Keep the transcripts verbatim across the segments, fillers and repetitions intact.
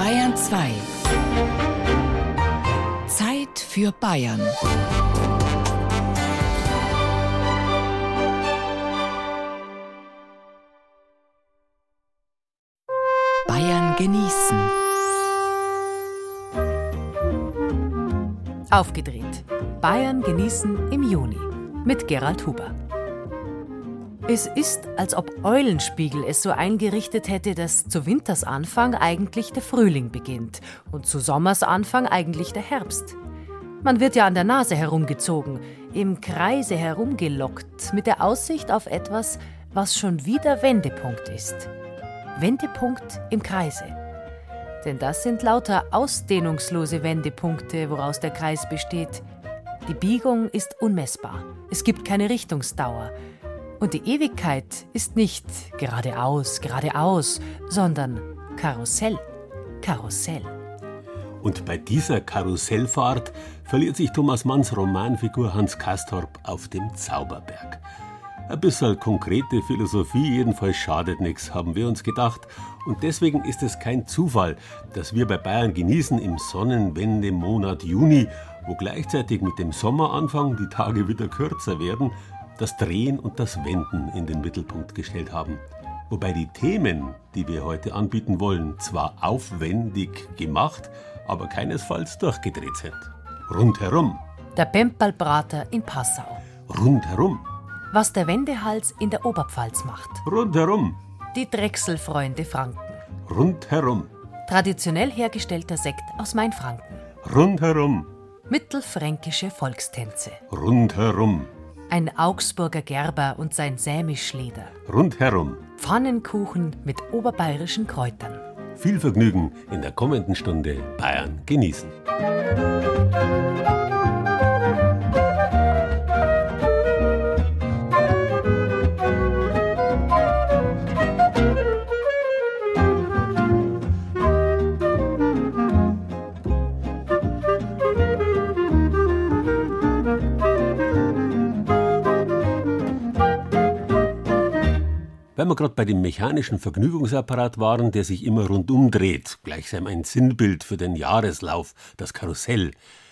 Bayern zwei. Zeit für Bayern. Bayern genießen. Aufgedreht. Bayern genießen im Juni mit Gerald Huber. Es ist, als ob Eulenspiegel es so eingerichtet hätte, dass zu Wintersanfang eigentlich der Frühling beginnt und zu Sommersanfang eigentlich der Herbst. Man wird ja an der Nase herumgezogen, im Kreise herumgelockt, mit der Aussicht auf etwas, was schon wieder Wendepunkt ist. Wendepunkt im Kreise. Denn das sind lauter ausdehnungslose Wendepunkte, woraus der Kreis besteht. Die Biegung ist unmessbar. Es gibt keine Richtungsdauer. Und die Ewigkeit ist nicht geradeaus, geradeaus, sondern Karussell, Karussell. Und bei dieser Karussellfahrt verliert sich Thomas Manns Romanfigur Hans Castorp auf dem Zauberberg. Ein bisschen konkrete Philosophie, jedenfalls schadet nichts, haben wir uns gedacht. Und deswegen ist es kein Zufall, dass wir bei Bayern genießen im Sonnenwendemonat Juni, wo gleichzeitig mit dem Sommeranfang die Tage wieder kürzer werden, das Drehen und das Wenden in den Mittelpunkt gestellt haben. Wobei die Themen, die wir heute anbieten wollen, zwar aufwendig gemacht, aber keinesfalls durchgedreht sind. Rundherum. Der Pempalbrater in Passau. Rundherum. Was der Wendehals in der Oberpfalz macht. Rundherum. Die Drechselfreunde Franken. Rundherum. Traditionell hergestellter Sekt aus Mainfranken. Rundherum. Mittelfränkische Volkstänze. Rundherum. Ein Augsburger Gerber und sein Sämischleder. Rundherum. Pfannenkuchen mit oberbayerischen Kräutern. Viel Vergnügen in der kommenden Stunde Bayern genießen. Weil wir gerade bei dem mechanischen Vergnügungsapparat waren, der sich immer rundum dreht, gleichsam ein Sinnbild für den Jahreslauf, das Karussell.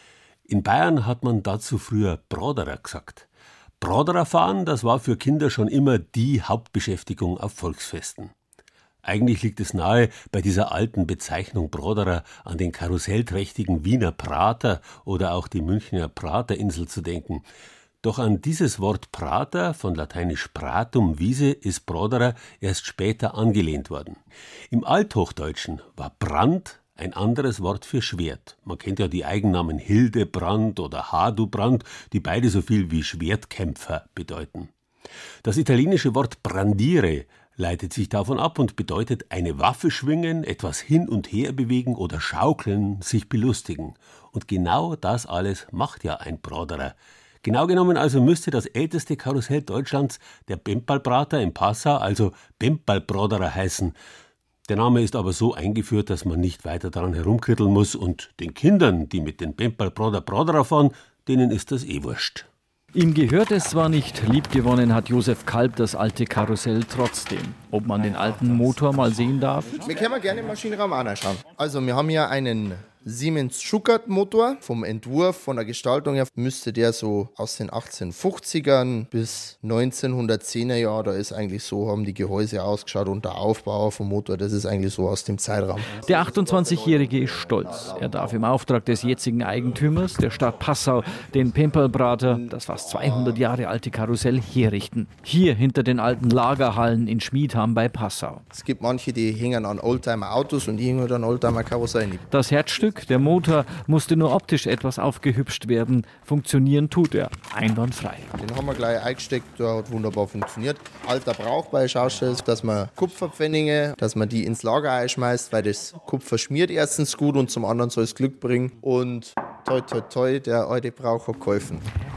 In Bayern hat man dazu früher Broderer gesagt. Broderer fahren, das war für Kinder schon immer die Hauptbeschäftigung auf Volksfesten. Eigentlich liegt es nahe, bei dieser alten Bezeichnung Broderer an den karussellträchtigen Wiener Prater oder auch die Münchner Praterinsel zu denken. Doch an dieses Wort Prater, von lateinisch Pratum, Wiese, ist Broderer erst später angelehnt worden. Im Althochdeutschen war Brand ein anderes Wort für Schwert. Man kennt ja die Eigennamen Hildebrand oder Hadubrand, die beide so viel wie Schwertkämpfer bedeuten. Das italienische Wort brandire leitet sich davon ab und bedeutet eine Waffe schwingen, etwas hin und her bewegen oder schaukeln, sich belustigen. Und genau das alles macht ja ein Broderer. Genau genommen also müsste das älteste Karussell Deutschlands, der Pempalbrater in Passau, also Pempalbroderer heißen. Der Name ist aber so eingeführt, dass man nicht weiter daran herumkritteln muss und den Kindern, die mit den Pempalbroder Broderer fahren, denen ist das eh wurscht. Ihm gehört es zwar nicht, liebgewonnen hat Josef Kalb das alte Karussell trotzdem. Ob man den alten Motor mal sehen darf? Wir können gerne im Maschinenraum anschauen. Also wir haben hier einen Siemens Schuckert Motor. Vom Entwurf, von der Gestaltung her müsste der so aus den achtzehnhundertfünfzigern bis neunzehnhundertzehner Jahren, da ist eigentlich so, haben die Gehäuse ausgeschaut und der Aufbau vom Motor, das ist eigentlich so aus dem Zeitraum. Der achtundzwanzigjährige ist stolz. Er darf im Auftrag des jetzigen Eigentümers, der Stadt Passau, den Pempalbrater, das fast zweihundert Jahre alte Karussell, herrichten. Hier hinter den alten Lagerhallen in Schmidham bei Passau. Es gibt manche, die hängen an Oldtimer-Autos und die hängen an Oldtimer-Karussellen. Das Herzstück, der Motor, musste nur optisch etwas aufgehübscht werden. Funktionieren tut er einwandfrei. Den haben wir gleich eingesteckt, der hat wunderbar funktioniert. Alter Brauch bei Schausteller ist, dass man Kupferpfennige, dass man die ins Lager einschmeißt, weil das Kupfer schmiert erstens gut und zum anderen soll es Glück bringen. Und toi toi toi, der alte Brauch hat geholfen.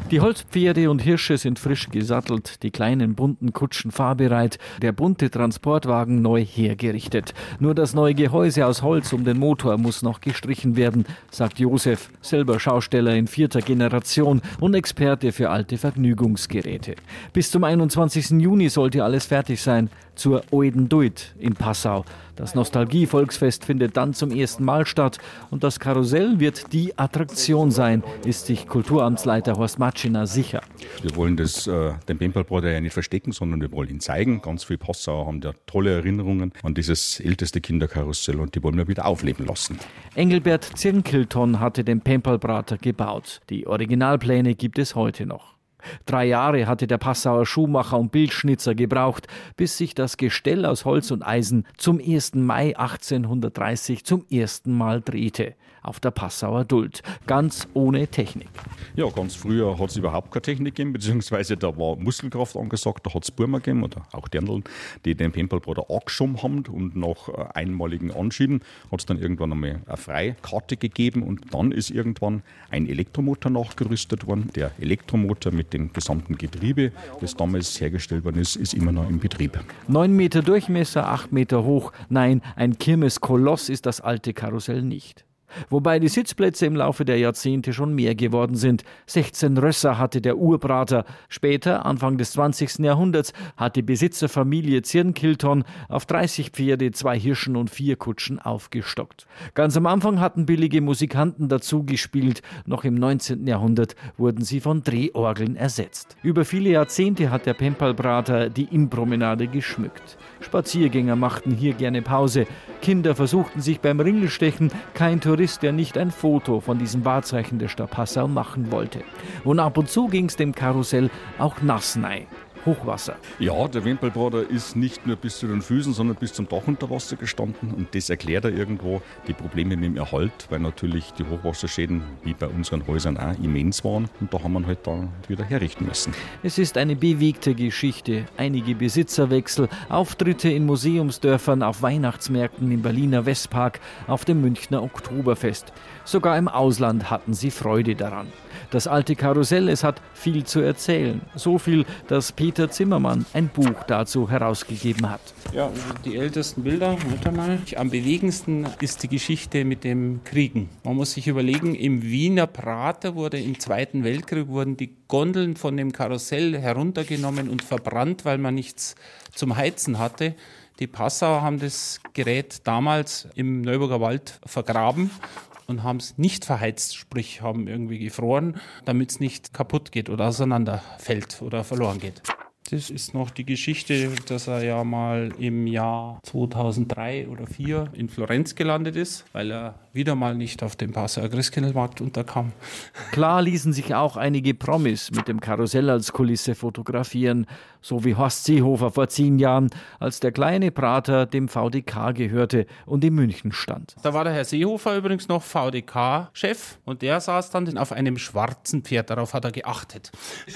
Die Holzpferde und Hirsche sind frisch gesattelt, die kleinen bunten Kutschen fahrbereit, der bunte Transportwagen neu hergerichtet. Nur das neue Gehäuse aus Holz um den Motor muss noch gestrichen werden, sagt Josef, selber Schausteller in vierter Generation und Experte für alte Vergnügungsgeräte. Bis zum einundzwanzigsten Juni sollte alles fertig sein, zur Oeden Duit in Passau. Das Nostalgie-Volksfest findet dann zum ersten Mal statt und das Karussell wird die Attraktion sein, ist sich Kulturamtsleiter Horst Matschiner sicher. Wir wollen das, äh, den Pempelbräder ja nicht verstecken, sondern wir wollen ihn zeigen. Ganz viele Passauer haben da tolle Erinnerungen an dieses älteste Kinderkarussell und die wollen wir wieder aufleben lassen. Engelbert Zirnkilton hatte den Pempelbrater gebaut. Die Originalpläne gibt es heute noch. Drei Jahre hatte der Passauer Schuhmacher und Bildschnitzer gebraucht, bis sich das Gestell aus Holz und Eisen zum ersten Mai achtzehnhundertdreißig zum ersten Mal drehte. Auf der Passauer Duld, ganz ohne Technik. Ja, ganz früher hat es überhaupt keine Technik gegeben, beziehungsweise da war Muskelkraft angesagt, da hat es Burmer gegeben oder auch Dirndln, die den Pempelbräder angeschoben haben und nach einmaligen Anschieben hat es dann irgendwann einmal eine Freikarte gegeben und dann ist irgendwann ein Elektromotor nachgerüstet worden. Der Elektromotor mit dem gesamten Getriebe, das damals hergestellt worden ist, ist immer noch im Betrieb. Neun Meter Durchmesser, acht Meter hoch. Nein, ein Kirmeskoloss ist das alte Karussell nicht. Wobei die Sitzplätze im Laufe der Jahrzehnte schon mehr geworden sind. sechzehn Rösser hatte der Urbrater. Später, Anfang des zwanzigsten Jahrhunderts, hat die Besitzerfamilie Zirnkilton auf dreißig Pferde, zwei Hirschen und vier Kutschen aufgestockt. Ganz am Anfang hatten billige Musikanten dazu gespielt. Noch im neunzehnten Jahrhundert wurden sie von Drehorgeln ersetzt. Über viele Jahrzehnte hat der Pempelbrater die Innenpromenade geschmückt. Spaziergänger machten hier gerne Pause. Kinder versuchten sich beim Ringelstechen. Kein Tourist, der nicht ein Foto von diesem Wahrzeichen der Stadt Passau machen wollte. Und ab und zu ging es dem Karussell auch nass rein. Hochwasser. Ja, der Pempelbrater ist nicht nur bis zu den Füßen, sondern bis zum Dach unter Wasser gestanden und das erklärt er irgendwo die Probleme mit dem Erhalt, weil natürlich die Hochwasserschäden wie bei unseren Häusern auch immens waren und da haben wir halt da wieder herrichten müssen. Es ist eine bewegte Geschichte, einige Besitzerwechsel, Auftritte in Museumsdörfern, auf Weihnachtsmärkten im Berliner Westpark, auf dem Münchner Oktoberfest. Sogar im Ausland hatten sie Freude daran. Das alte Karussell, es hat viel zu erzählen. So viel, dass Peter Zimmermann ein Buch dazu herausgegeben hat. Ja, die ältesten Bilder, warte mal. Am bewegendsten ist die Geschichte mit dem Kriegen. Man muss sich überlegen, im Wiener Prater wurde im Zweiten Weltkrieg wurden die Gondeln von dem Karussell heruntergenommen und verbrannt, weil man nichts zum Heizen hatte. Die Passauer haben das Gerät damals im Neuburger Wald vergraben und haben es nicht verheizt, sprich haben irgendwie gefroren, damit es nicht kaputt geht oder auseinanderfällt oder verloren geht. Das ist noch die Geschichte, dass er ja mal im Jahr zweitausenddrei oder zweitausendvier in Florenz gelandet ist, weil er wieder mal nicht auf dem Passauer Christkindlmarkt unterkam. Klar ließen sich auch einige Promis mit dem Karussell als Kulisse fotografieren, so wie Horst Seehofer vor zehn Jahren, als der kleine Prater dem V D K gehörte und in München stand. Da war der Herr Seehofer übrigens noch V D K-Chef und der saß dann auf einem schwarzen Pferd, darauf hat er geachtet.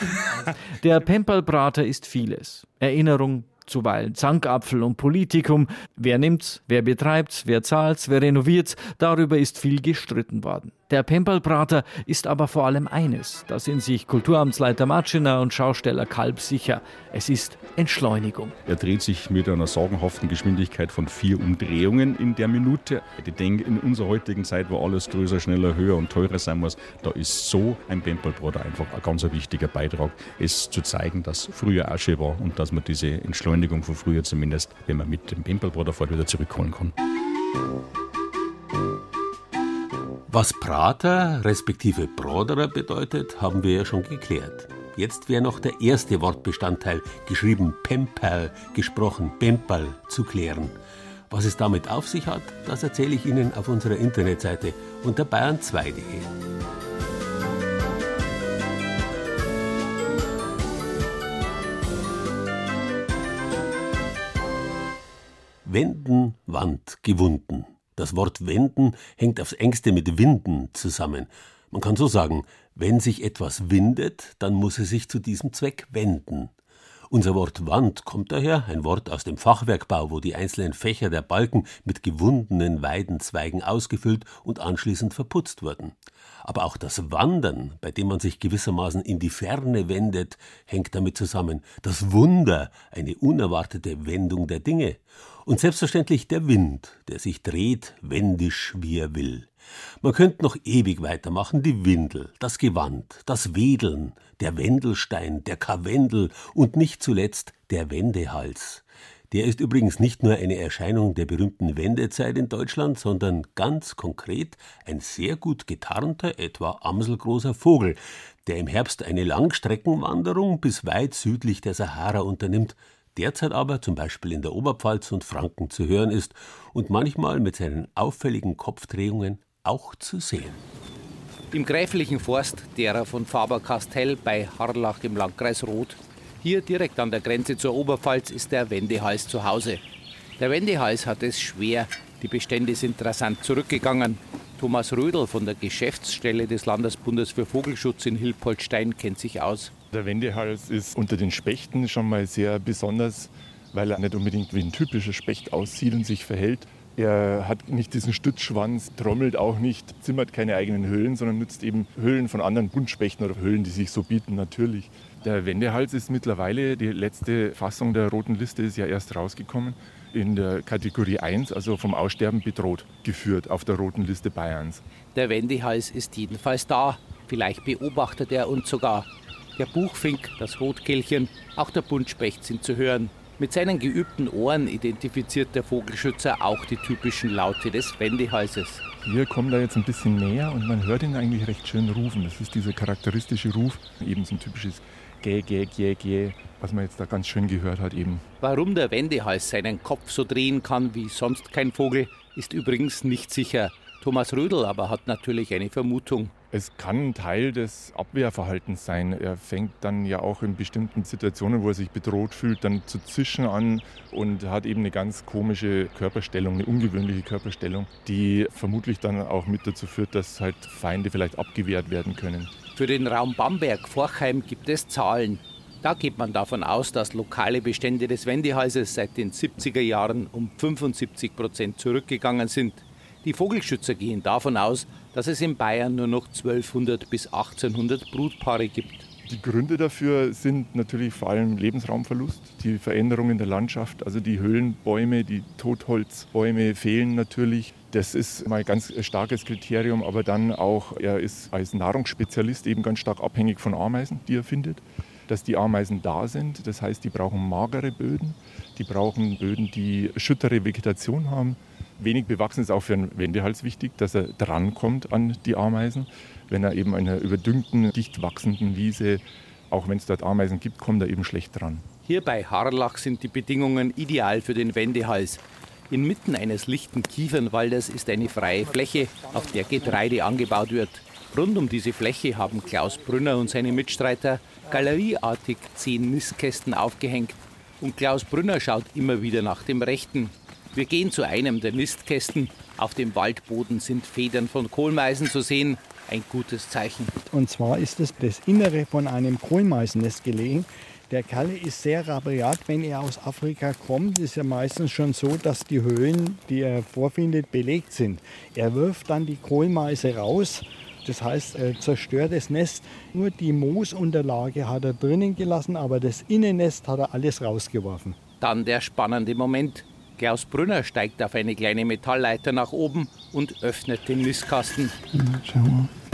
Der Pempelbrater ist vieles. Erinnerung, zuweilen Zankapfel und Politikum. Wer nimmt's, wer betreibt's, wer zahlt's, wer renoviert's, darüber ist viel gestritten worden. Der Pempelbrater ist aber vor allem eines, da sind sich Kulturamtsleiter Matschiner und Schausteller Kalb sicher. Es ist Entschleunigung. Er dreht sich mit einer sagenhaften Geschwindigkeit von vier Umdrehungen in der Minute. Ich denke, in unserer heutigen Zeit, wo alles größer, schneller, höher und teurer sein muss, da ist so ein Pempelbrater einfach ein ganz wichtiger Beitrag, es zu zeigen, dass früher auch schön war und dass man diese Entschleunigung von früher zumindest, wenn man mit dem Pempelbrater fährt, wieder zurückholen kann. Was Prater respektive Broderer bedeutet, haben wir ja schon geklärt. Jetzt wäre noch der erste Wortbestandteil, geschrieben Pemperl, gesprochen Pemperl, zu klären. Was es damit auf sich hat, das erzähle ich Ihnen auf unserer Internetseite unter bayern zwei punkt de. Wenden, Wand, gewunden. Das Wort wenden hängt aufs engste mit winden zusammen. Man kann so sagen, wenn sich etwas windet, dann muss es sich zu diesem Zweck wenden. Unser Wort Wand kommt daher, ein Wort aus dem Fachwerkbau, wo die einzelnen Fächer der Balken mit gewundenen Weidenzweigen ausgefüllt und anschließend verputzt wurden. Aber auch das Wandern, bei dem man sich gewissermaßen in die Ferne wendet, hängt damit zusammen. Das Wunder, eine unerwartete Wendung der Dinge. Und selbstverständlich der Wind, der sich dreht, wendisch wie er will. Man könnte noch ewig weitermachen, die Windel, das Gewand, das Wedeln, der Wendelstein, der Karwendel und nicht zuletzt der Wendehals. Der ist übrigens nicht nur eine Erscheinung der berühmten Wendezeit in Deutschland, sondern ganz konkret ein sehr gut getarnter, etwa amselgroßer Vogel, der im Herbst eine Langstreckenwanderung bis weit südlich der Sahara unternimmt, derzeit aber zum Beispiel in der Oberpfalz und Franken zu hören ist und manchmal mit seinen auffälligen Kopfdrehungen auch zu sehen. Im gräflichen Forst derer von Faber-Castell bei Harlach im Landkreis Roth. Hier direkt an der Grenze zur Oberpfalz ist der Wendehals zu Hause. Der Wendehals hat es schwer. Die Bestände sind rasant zurückgegangen. Thomas Rödel von der Geschäftsstelle des Landesbundes für Vogelschutz in Hilpoltstein kennt sich aus. Der Wendehals ist unter den Spechten schon mal sehr besonders, weil er nicht unbedingt wie ein typischer Specht aussieht und sich verhält. Er hat nicht diesen Stützschwanz, trommelt auch nicht, zimmert keine eigenen Höhlen, sondern nutzt eben Höhlen von anderen Buntspechten oder Höhlen, die sich so bieten, natürlich. Der Wendehals ist mittlerweile, die letzte Fassung der Roten Liste ist ja erst rausgekommen, in der Kategorie eins, also vom Aussterben bedroht, geführt auf der Roten Liste Bayerns. Der Wendehals ist jedenfalls da. Vielleicht beobachtet er uns sogar. Der Buchfink, das Rotkehlchen, auch der Buntspecht sind zu hören. Mit seinen geübten Ohren identifiziert der Vogelschützer auch die typischen Laute des Wendehalses. Hier kommt er jetzt ein bisschen näher und man hört ihn eigentlich recht schön rufen. Das ist dieser charakteristische Ruf, eben so ein typisches Gä, Gä, Gä, Gä, was man jetzt da ganz schön gehört hat eben. Warum der Wendehals seinen Kopf so drehen kann wie sonst kein Vogel, ist übrigens nicht sicher. Thomas Rödel aber hat natürlich eine Vermutung. Es kann ein Teil des Abwehrverhaltens sein. Er fängt dann ja auch in bestimmten Situationen, wo er sich bedroht fühlt, dann zu zischen an und hat eben eine ganz komische Körperstellung, eine ungewöhnliche Körperstellung, die vermutlich dann auch mit dazu führt, dass halt Feinde vielleicht abgewehrt werden können. Für den Raum Bamberg-Forchheim gibt es Zahlen. Da geht man davon aus, dass lokale Bestände des Wendehalses seit den siebziger Jahren um fünfundsiebzig Prozent zurückgegangen sind. Die Vogelschützer gehen davon aus, dass es in Bayern nur noch zwölfhundert bis achtzehnhundert Brutpaare gibt. Die Gründe dafür sind natürlich vor allem Lebensraumverlust, die Veränderung in der Landschaft, also die Höhlenbäume, die Totholzbäume fehlen natürlich. Das ist mal ein ganz starkes Kriterium, aber dann auch, er ist als Nahrungsspezialist eben ganz stark abhängig von Ameisen, die er findet. Dass die Ameisen da sind, das heißt, die brauchen magere Böden, die brauchen Böden, die schüttere Vegetation haben. Wenig bewachsen ist auch für einen Wendehals wichtig, dass er drankommt an die Ameisen. Wenn er eben einer überdüngten, dicht wachsenden Wiese, auch wenn es dort Ameisen gibt, kommt er eben schlecht dran. Hier bei Harlach sind die Bedingungen ideal für den Wendehals. Inmitten eines lichten Kiefernwaldes ist eine freie Fläche, auf der Getreide angebaut wird. Rund um diese Fläche haben Klaus Brünner und seine Mitstreiter galerieartig zehn Nistkästen aufgehängt. Und Klaus Brünner schaut immer wieder nach dem Rechten. Wir gehen zu einem der Nistkästen. Auf dem Waldboden sind Federn von Kohlmeisen zu sehen. Ein gutes Zeichen. Und zwar ist es das Innere von einem Kohlmeisennest gelegen. Der Kalle ist sehr rabiat, wenn er aus Afrika kommt. Ist ja meistens schon so, dass die Höhlen, die er vorfindet, belegt sind. Er wirft dann die Kohlmeise raus. Das heißt, er zerstört das Nest. Nur die Moosunterlage hat er drinnen gelassen, aber das Innennest hat er alles rausgeworfen. Dann der spannende Moment. Klaus Brünner steigt auf eine kleine Metallleiter nach oben und öffnet den Nistkasten. Schauen wir.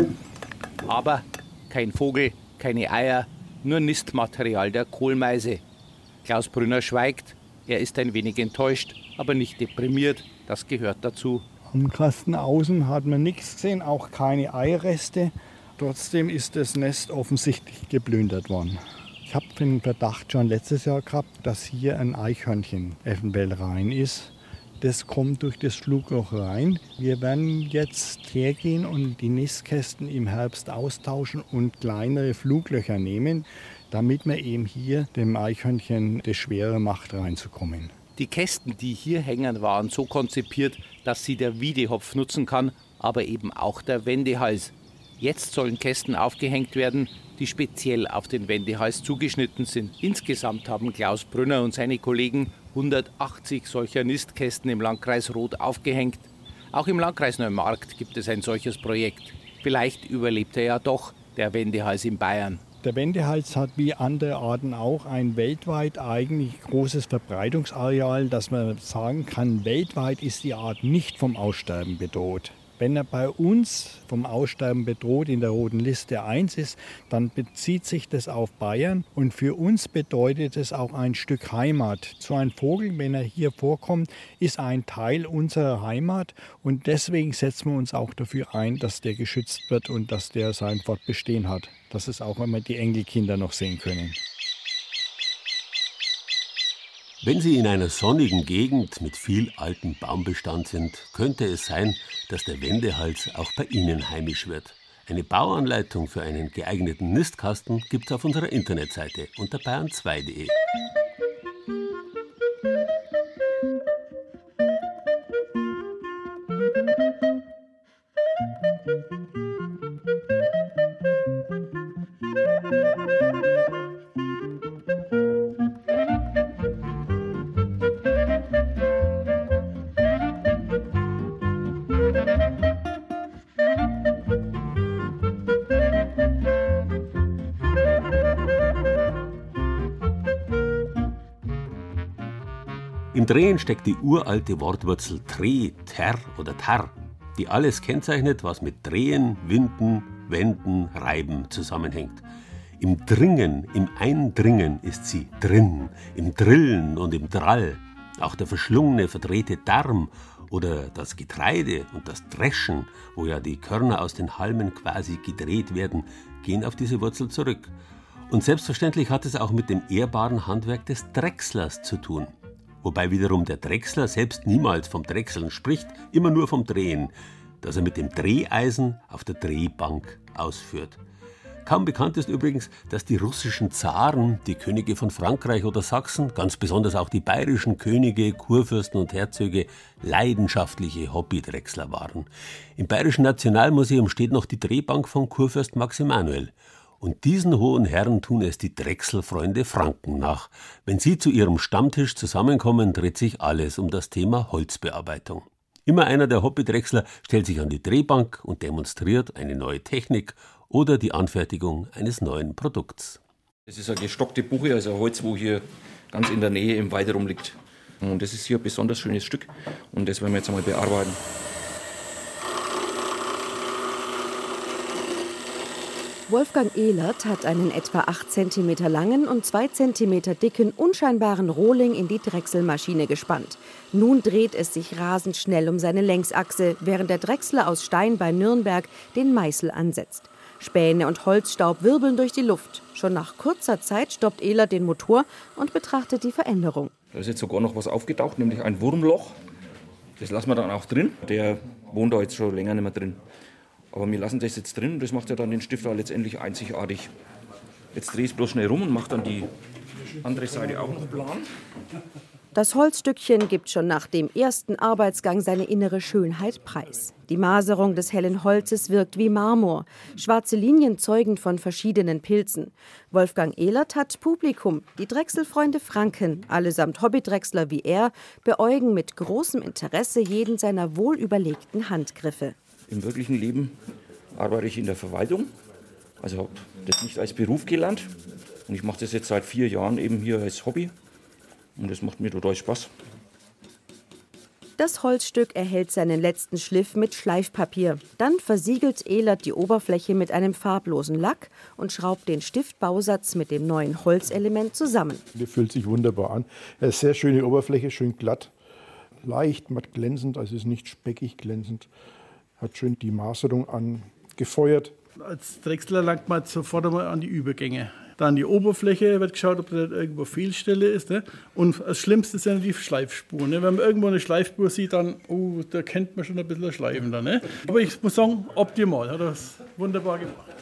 Aber kein Vogel, keine Eier, nur Nistmaterial der Kohlmeise. Klaus Brünner schweigt. Er ist ein wenig enttäuscht, aber nicht deprimiert. Das gehört dazu. Am Kasten außen hat man nichts gesehen, auch keine Eireste. Trotzdem ist das Nest offensichtlich geplündert worden. Ich habe den Verdacht schon letztes Jahr gehabt, dass hier ein Eichhörnchen eventuell rein ist. Das kommt durch das Schlugloch rein. Wir werden jetzt hergehen und die Nistkästen im Herbst austauschen und kleinere Fluglöcher nehmen, damit man eben hier dem Eichhörnchen das schwere macht, reinzukommen. Die Kästen, die hier hängen, waren so konzipiert, dass sie der Wiedehopf nutzen kann, aber eben auch der Wendehals. Jetzt sollen Kästen aufgehängt werden, die speziell auf den Wendehals zugeschnitten sind. Insgesamt haben Klaus Brünner und seine Kollegen hundertachtzig solcher Nistkästen im Landkreis Roth aufgehängt. Auch im Landkreis Neumarkt gibt es ein solches Projekt. Vielleicht überlebt er ja doch, der Wendehals in Bayern. Der Wendehals hat wie andere Arten auch ein weltweit eigentlich großes Verbreitungsareal, dass man sagen kann, weltweit ist die Art nicht vom Aussterben bedroht. Wenn er bei uns vom Aussterben bedroht in der Roten Liste eins ist, dann bezieht sich das auf Bayern und für uns bedeutet es auch ein Stück Heimat. So ein Vogel, wenn er hier vorkommt, ist ein Teil unserer Heimat und deswegen setzen wir uns auch dafür ein, dass der geschützt wird und dass der sein Fortbestehen hat. Dass es auch immer die Enkelkinder noch sehen können. Wenn Sie in einer sonnigen Gegend mit viel altem Baumbestand sind, könnte es sein, dass der Wendehals auch bei Ihnen heimisch wird. Eine Bauanleitung für einen geeigneten Nistkasten gibt es auf unserer Internetseite unter bayern zwei punkt de. Im Drehen steckt die uralte Wortwurzel Dreh, Ter oder Tar, die alles kennzeichnet, was mit Drehen, Winden, Wenden, Reiben zusammenhängt. Im Dringen, im Eindringen ist sie drin, im Drillen und im Drall. Auch der verschlungene, verdrehte Darm oder das Getreide und das Dreschen, wo ja die Körner aus den Halmen quasi gedreht werden, gehen auf diese Wurzel zurück. Und selbstverständlich hat es auch mit dem ehrbaren Handwerk des Drechslers zu tun. Wobei wiederum der Drechsler selbst niemals vom Drechseln spricht, immer nur vom Drehen, das er mit dem Dreheisen auf der Drehbank ausführt. Kaum bekannt ist übrigens, dass die russischen Zaren, die Könige von Frankreich oder Sachsen, ganz besonders auch die bayerischen Könige, Kurfürsten und Herzöge, leidenschaftliche Hobbydrechsler waren. Im Bayerischen Nationalmuseum steht noch die Drehbank von Kurfürst Max Emanuel. Und diesen hohen Herren tun es die Drechselfreunde Franken nach. Wenn sie zu ihrem Stammtisch zusammenkommen, dreht sich alles um das Thema Holzbearbeitung. Immer einer der Hobbydrechsler stellt sich an die Drehbank und demonstriert eine neue Technik oder die Anfertigung eines neuen Produkts. Das ist eine gestockte Buche, also ein Holz, wo hier ganz in der Nähe im Wald rumliegt. Und das ist hier ein besonders schönes Stück und das werden wir jetzt einmal bearbeiten. Wolfgang Ehlert hat einen etwa acht Zentimeter langen und zwei Zentimeter dicken, unscheinbaren Rohling in die Drechselmaschine gespannt. Nun dreht es sich rasend schnell um seine Längsachse, während der Drechsler aus Stein bei Nürnberg den Meißel ansetzt. Späne und Holzstaub wirbeln durch die Luft. Schon nach kurzer Zeit stoppt Ehlert den Motor und betrachtet die Veränderung. Da ist jetzt sogar noch was aufgetaucht, nämlich ein Wurmloch. Das lassen wir dann auch drin. Der wohnt da jetzt schon länger nicht mehr drin. Aber wir lassen das jetzt drin und das macht ja dann den Stifter letztendlich einzigartig. Jetzt drehe ich es bloß schnell rum und mache dann die andere Seite auch noch plan. Das Holzstückchen gibt schon nach dem ersten Arbeitsgang seine innere Schönheit preis. Die Maserung des hellen Holzes wirkt wie Marmor. Schwarze Linien zeugen von verschiedenen Pilzen. Wolfgang Ehlert hat Publikum. Die Drechselfreunde Franken, allesamt Hobbydrechsler wie er, beäugen mit großem Interesse jeden seiner wohlüberlegten Handgriffe. Im wirklichen Leben arbeite ich in der Verwaltung, also habe das nicht als Beruf gelernt und ich mache das jetzt seit vier Jahren eben hier als Hobby und das macht mir total Spaß. Das Holzstück erhält seinen letzten Schliff mit Schleifpapier. Dann versiegelt Ehlert die Oberfläche mit einem farblosen Lack und schraubt den Stiftbausatz mit dem neuen Holzelement zusammen. Der fühlt sich wunderbar an. Eine sehr schöne Oberfläche, schön glatt, leicht matt glänzend, also ist nicht speckig glänzend. Hat schön die Maserung angefeuert. Als Drechsler langt man sofort einmal an die Übergänge. Dann die Oberfläche, wird geschaut, ob da irgendwo Fehlstelle ist. Ne? Und das Schlimmste sind die Schleifspuren. Ne? Wenn man irgendwo eine Schleifspur sieht, dann oh, da kennt man schon ein bisschen Schleifen. Dann, ne? Aber ich muss sagen, optimal, hat er das wunderbar gemacht.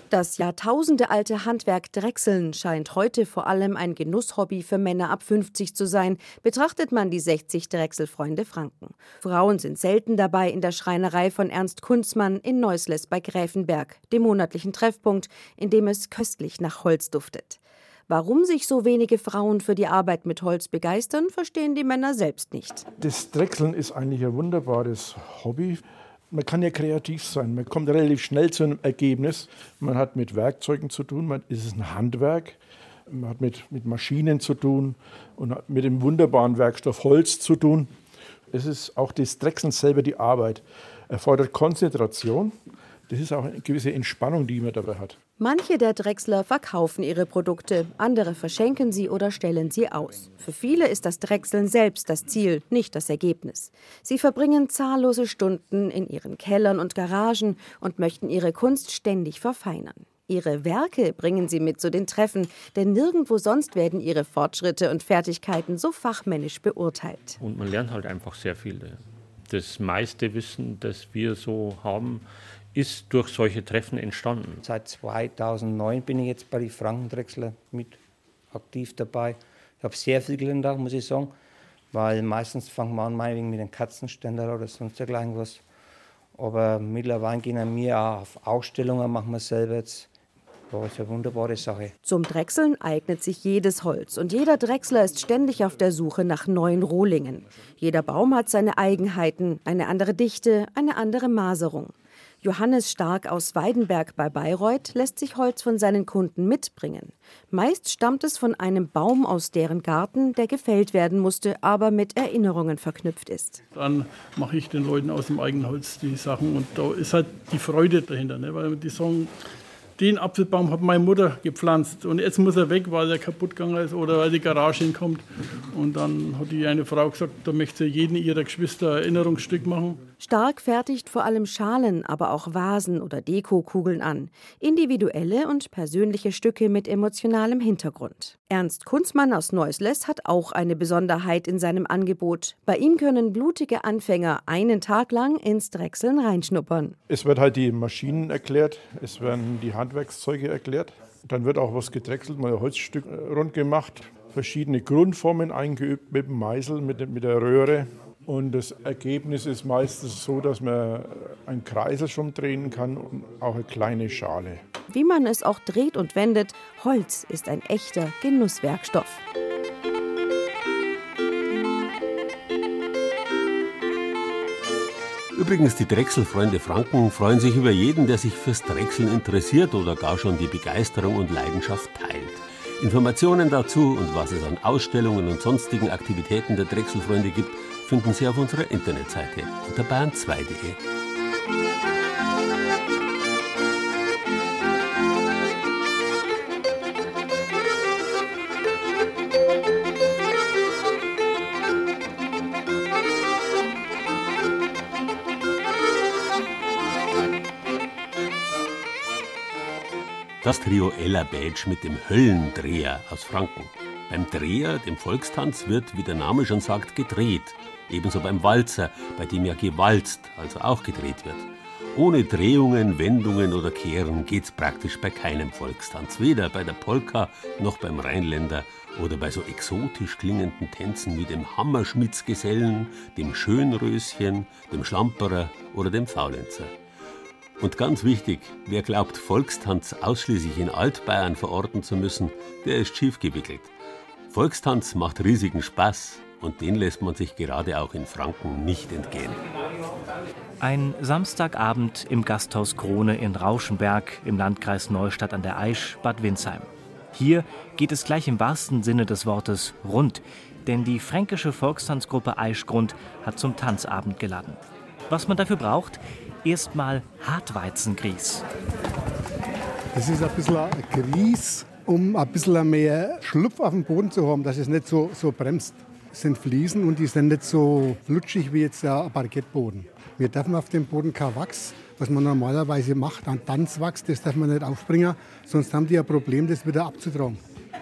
Das jahrtausendealte Handwerk Drechseln scheint heute vor allem ein Genusshobby für Männer ab fünfzig zu sein, betrachtet man die sechzig Drechselfreunde Franken. Frauen sind selten dabei in der Schreinerei von Ernst Kunzmann in Neußles bei Gräfenberg, dem monatlichen Treffpunkt, in dem es köstlich nach Holz duftet. Warum sich so wenige Frauen für die Arbeit mit Holz begeistern, verstehen die Männer selbst nicht. Das Drechseln ist eigentlich ein wunderbares Hobby. Man kann ja kreativ sein, man kommt relativ schnell zu einem Ergebnis. Man hat mit Werkzeugen zu tun, man, es ist ein Handwerk, man hat mit, mit Maschinen zu tun und hat mit dem wunderbaren Werkstoff Holz zu tun. Es ist auch das Drechseln selber die Arbeit, erfordert Konzentration. Das ist auch eine gewisse Entspannung, die man dabei hat. Manche der Drechsler verkaufen ihre Produkte, andere verschenken sie oder stellen sie aus. Für viele ist das Drechseln selbst das Ziel, nicht das Ergebnis. Sie verbringen zahllose Stunden in ihren Kellern und Garagen und möchten ihre Kunst ständig verfeinern. Ihre Werke bringen sie mit zu den Treffen, denn nirgendwo sonst werden ihre Fortschritte und Fertigkeiten so fachmännisch beurteilt. Und man lernt halt einfach sehr viel. Das meiste Wissen, das wir so haben, ist durch solche Treffen entstanden. Seit zweitausendneun bin ich jetzt bei den Frankendrechsler mit aktiv dabei. Ich habe sehr viel gelernt, muss ich sagen, weil meistens fangen wir an meinetwegen mit einem Katzenständer oder sonst dergleichen was. Aber mittlerweile gehen wir auch auf Ausstellungen, machen wir selber jetzt. Das ist eine wunderbare Sache. Zum Drechseln eignet sich jedes Holz und jeder Drechsler ist ständig auf der Suche nach neuen Rohlingen. Jeder Baum hat seine Eigenheiten, eine andere Dichte, eine andere Maserung. Johannes Stark aus Weidenberg bei Bayreuth lässt sich Holz von seinen Kunden mitbringen. Meist stammt es von einem Baum aus deren Garten, der gefällt werden musste, aber mit Erinnerungen verknüpft ist. Dann mache ich den Leuten aus dem eigenen Holz die Sachen und da ist halt die Freude dahinter, ne? Weil die sagen, den Apfelbaum hat meine Mutter gepflanzt und jetzt muss er weg, weil er kaputt gegangen ist oder weil die Garage hinkommt. Und dann hat die eine Frau gesagt, da möchte jeden ihrer Geschwister ein Erinnerungsstück machen. Stark fertigt vor allem Schalen, aber auch Vasen oder Dekokugeln an. Individuelle und persönliche Stücke mit emotionalem Hintergrund. Ernst Kunzmann aus Neußles hat auch eine Besonderheit in seinem Angebot. Bei ihm können blutige Anfänger einen Tag lang ins Drechseln reinschnuppern. Es wird halt die Maschinen erklärt, es werden die Handwerkszeuge erklärt. Dann wird auch was gedrechselt, mal ein Holzstück rund gemacht, verschiedene Grundformen eingeübt mit dem Meißel, mit, mit der Röhre. Und das Ergebnis ist meistens so, dass man einen Kreisel schon drehen kann und auch eine kleine Schale. Wie man es auch dreht und wendet, Holz ist ein echter Genusswerkstoff. Übrigens, die Drechselfreunde Franken freuen sich über jeden, der sich fürs Drechseln interessiert oder gar schon die Begeisterung und Leidenschaft teilt. Informationen dazu und was es an Ausstellungen und sonstigen Aktivitäten der Drechselfreunde gibt, finden Sie auf unserer Internetseite unter bayern zwei punkt de. Das Trio Ella Badge mit dem Höllendreher aus Franken. Beim Dreher, dem Volkstanz, wird, wie der Name schon sagt, gedreht. Ebenso beim Walzer, bei dem ja gewalzt, also auch gedreht wird. Ohne Drehungen, Wendungen oder Kehren geht's praktisch bei keinem Volkstanz. Weder bei der Polka noch beim Rheinländer oder bei so exotisch klingenden Tänzen wie dem Hammerschmitzgesellen, dem Schönröschen, dem Schlamperer oder dem Faulenzer. Und ganz wichtig, wer glaubt, Volkstanz ausschließlich in Altbayern verorten zu müssen, der ist schief gewickelt. Volkstanz macht riesigen Spaß und den lässt man sich gerade auch in Franken nicht entgehen. Ein Samstagabend im Gasthaus Krone in Rauschenberg im Landkreis Neustadt an der Aisch, Bad Windsheim. Hier geht es gleich im wahrsten Sinne des Wortes rund, denn die fränkische Volkstanzgruppe Aischgrund hat zum Tanzabend geladen. Was man dafür braucht? Erstmal Hartweizengrieß. Das ist ein bisschen ein Grieß, um ein bisschen mehr Schlupf auf dem Boden zu haben, dass es nicht so, so bremst. Es sind Fliesen und die sind nicht so flutschig wie jetzt ein Parkettboden. Wir dürfen auf dem Boden kein Wachs, was man normalerweise macht, ein Tanzwachs, das darf man nicht aufbringen, sonst haben die ein Problem, das wieder abzutragen.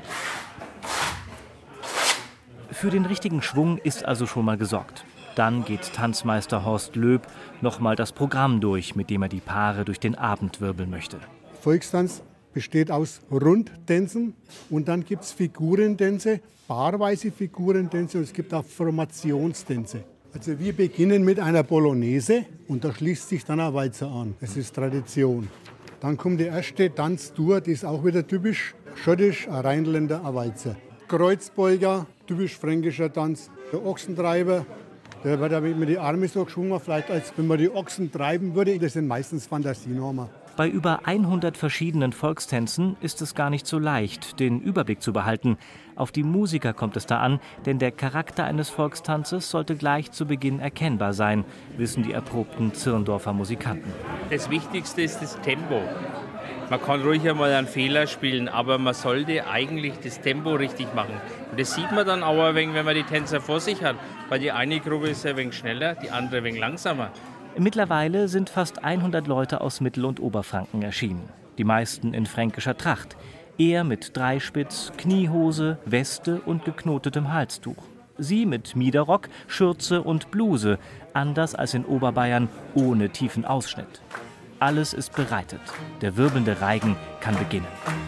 Für den richtigen Schwung ist also schon mal gesorgt. Dann geht Tanzmeister Horst Löb noch mal das Programm durch, mit dem er die Paare durch den Abend wirbeln möchte. Volkstanz besteht aus Rundtänzen und dann gibt es Figurentänze, paarweise Figurentänze und es gibt auch Formationstänze. Also wir beginnen mit einer Polonaise und da schließt sich dann ein Walzer an. Das ist Tradition. Dann kommt die erste Tanztour, die ist auch wieder typisch schottisch, ein Rheinländer, ein Walzer. Kreuzbeuger, typisch fränkischer Tanz. Der Ochsentreiber, der wird damit mit die Arme so geschwungen, vielleicht als wenn man die Ochsen treiben würde. Das sind meistens Fantasienormen. Bei über hundert verschiedenen Volkstänzen ist es gar nicht so leicht, den Überblick zu behalten. Auf die Musiker kommt es da an, denn der Charakter eines Volkstanzes sollte gleich zu Beginn erkennbar sein, wissen die erprobten Zirndorfer Musikanten. Das Wichtigste ist das Tempo. Man kann ruhig einmal einen Fehler spielen, aber man sollte eigentlich das Tempo richtig machen. Und das sieht man dann auch ein wenig, wenn man die Tänzer vor sich hat, weil die eine Gruppe ist ein wenig schneller, die andere ein wenig langsamer. Mittlerweile sind fast hundert Leute aus Mittel- und Oberfranken erschienen. Die meisten in fränkischer Tracht. Er mit Dreispitz, Kniehose, Weste und geknotetem Halstuch. Sie mit Miederrock, Schürze und Bluse, anders als in Oberbayern ohne tiefen Ausschnitt. Alles ist bereitet. Der wirbelnde Reigen kann beginnen.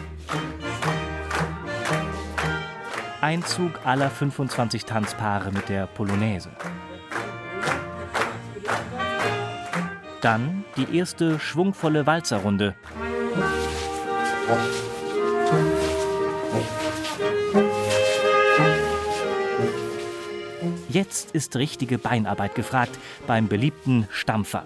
Einzug aller fünfundzwanzig Tanzpaare mit der Polonaise. Dann die erste schwungvolle Walzerrunde. Jetzt ist richtige Beinarbeit gefragt beim beliebten Stampfer.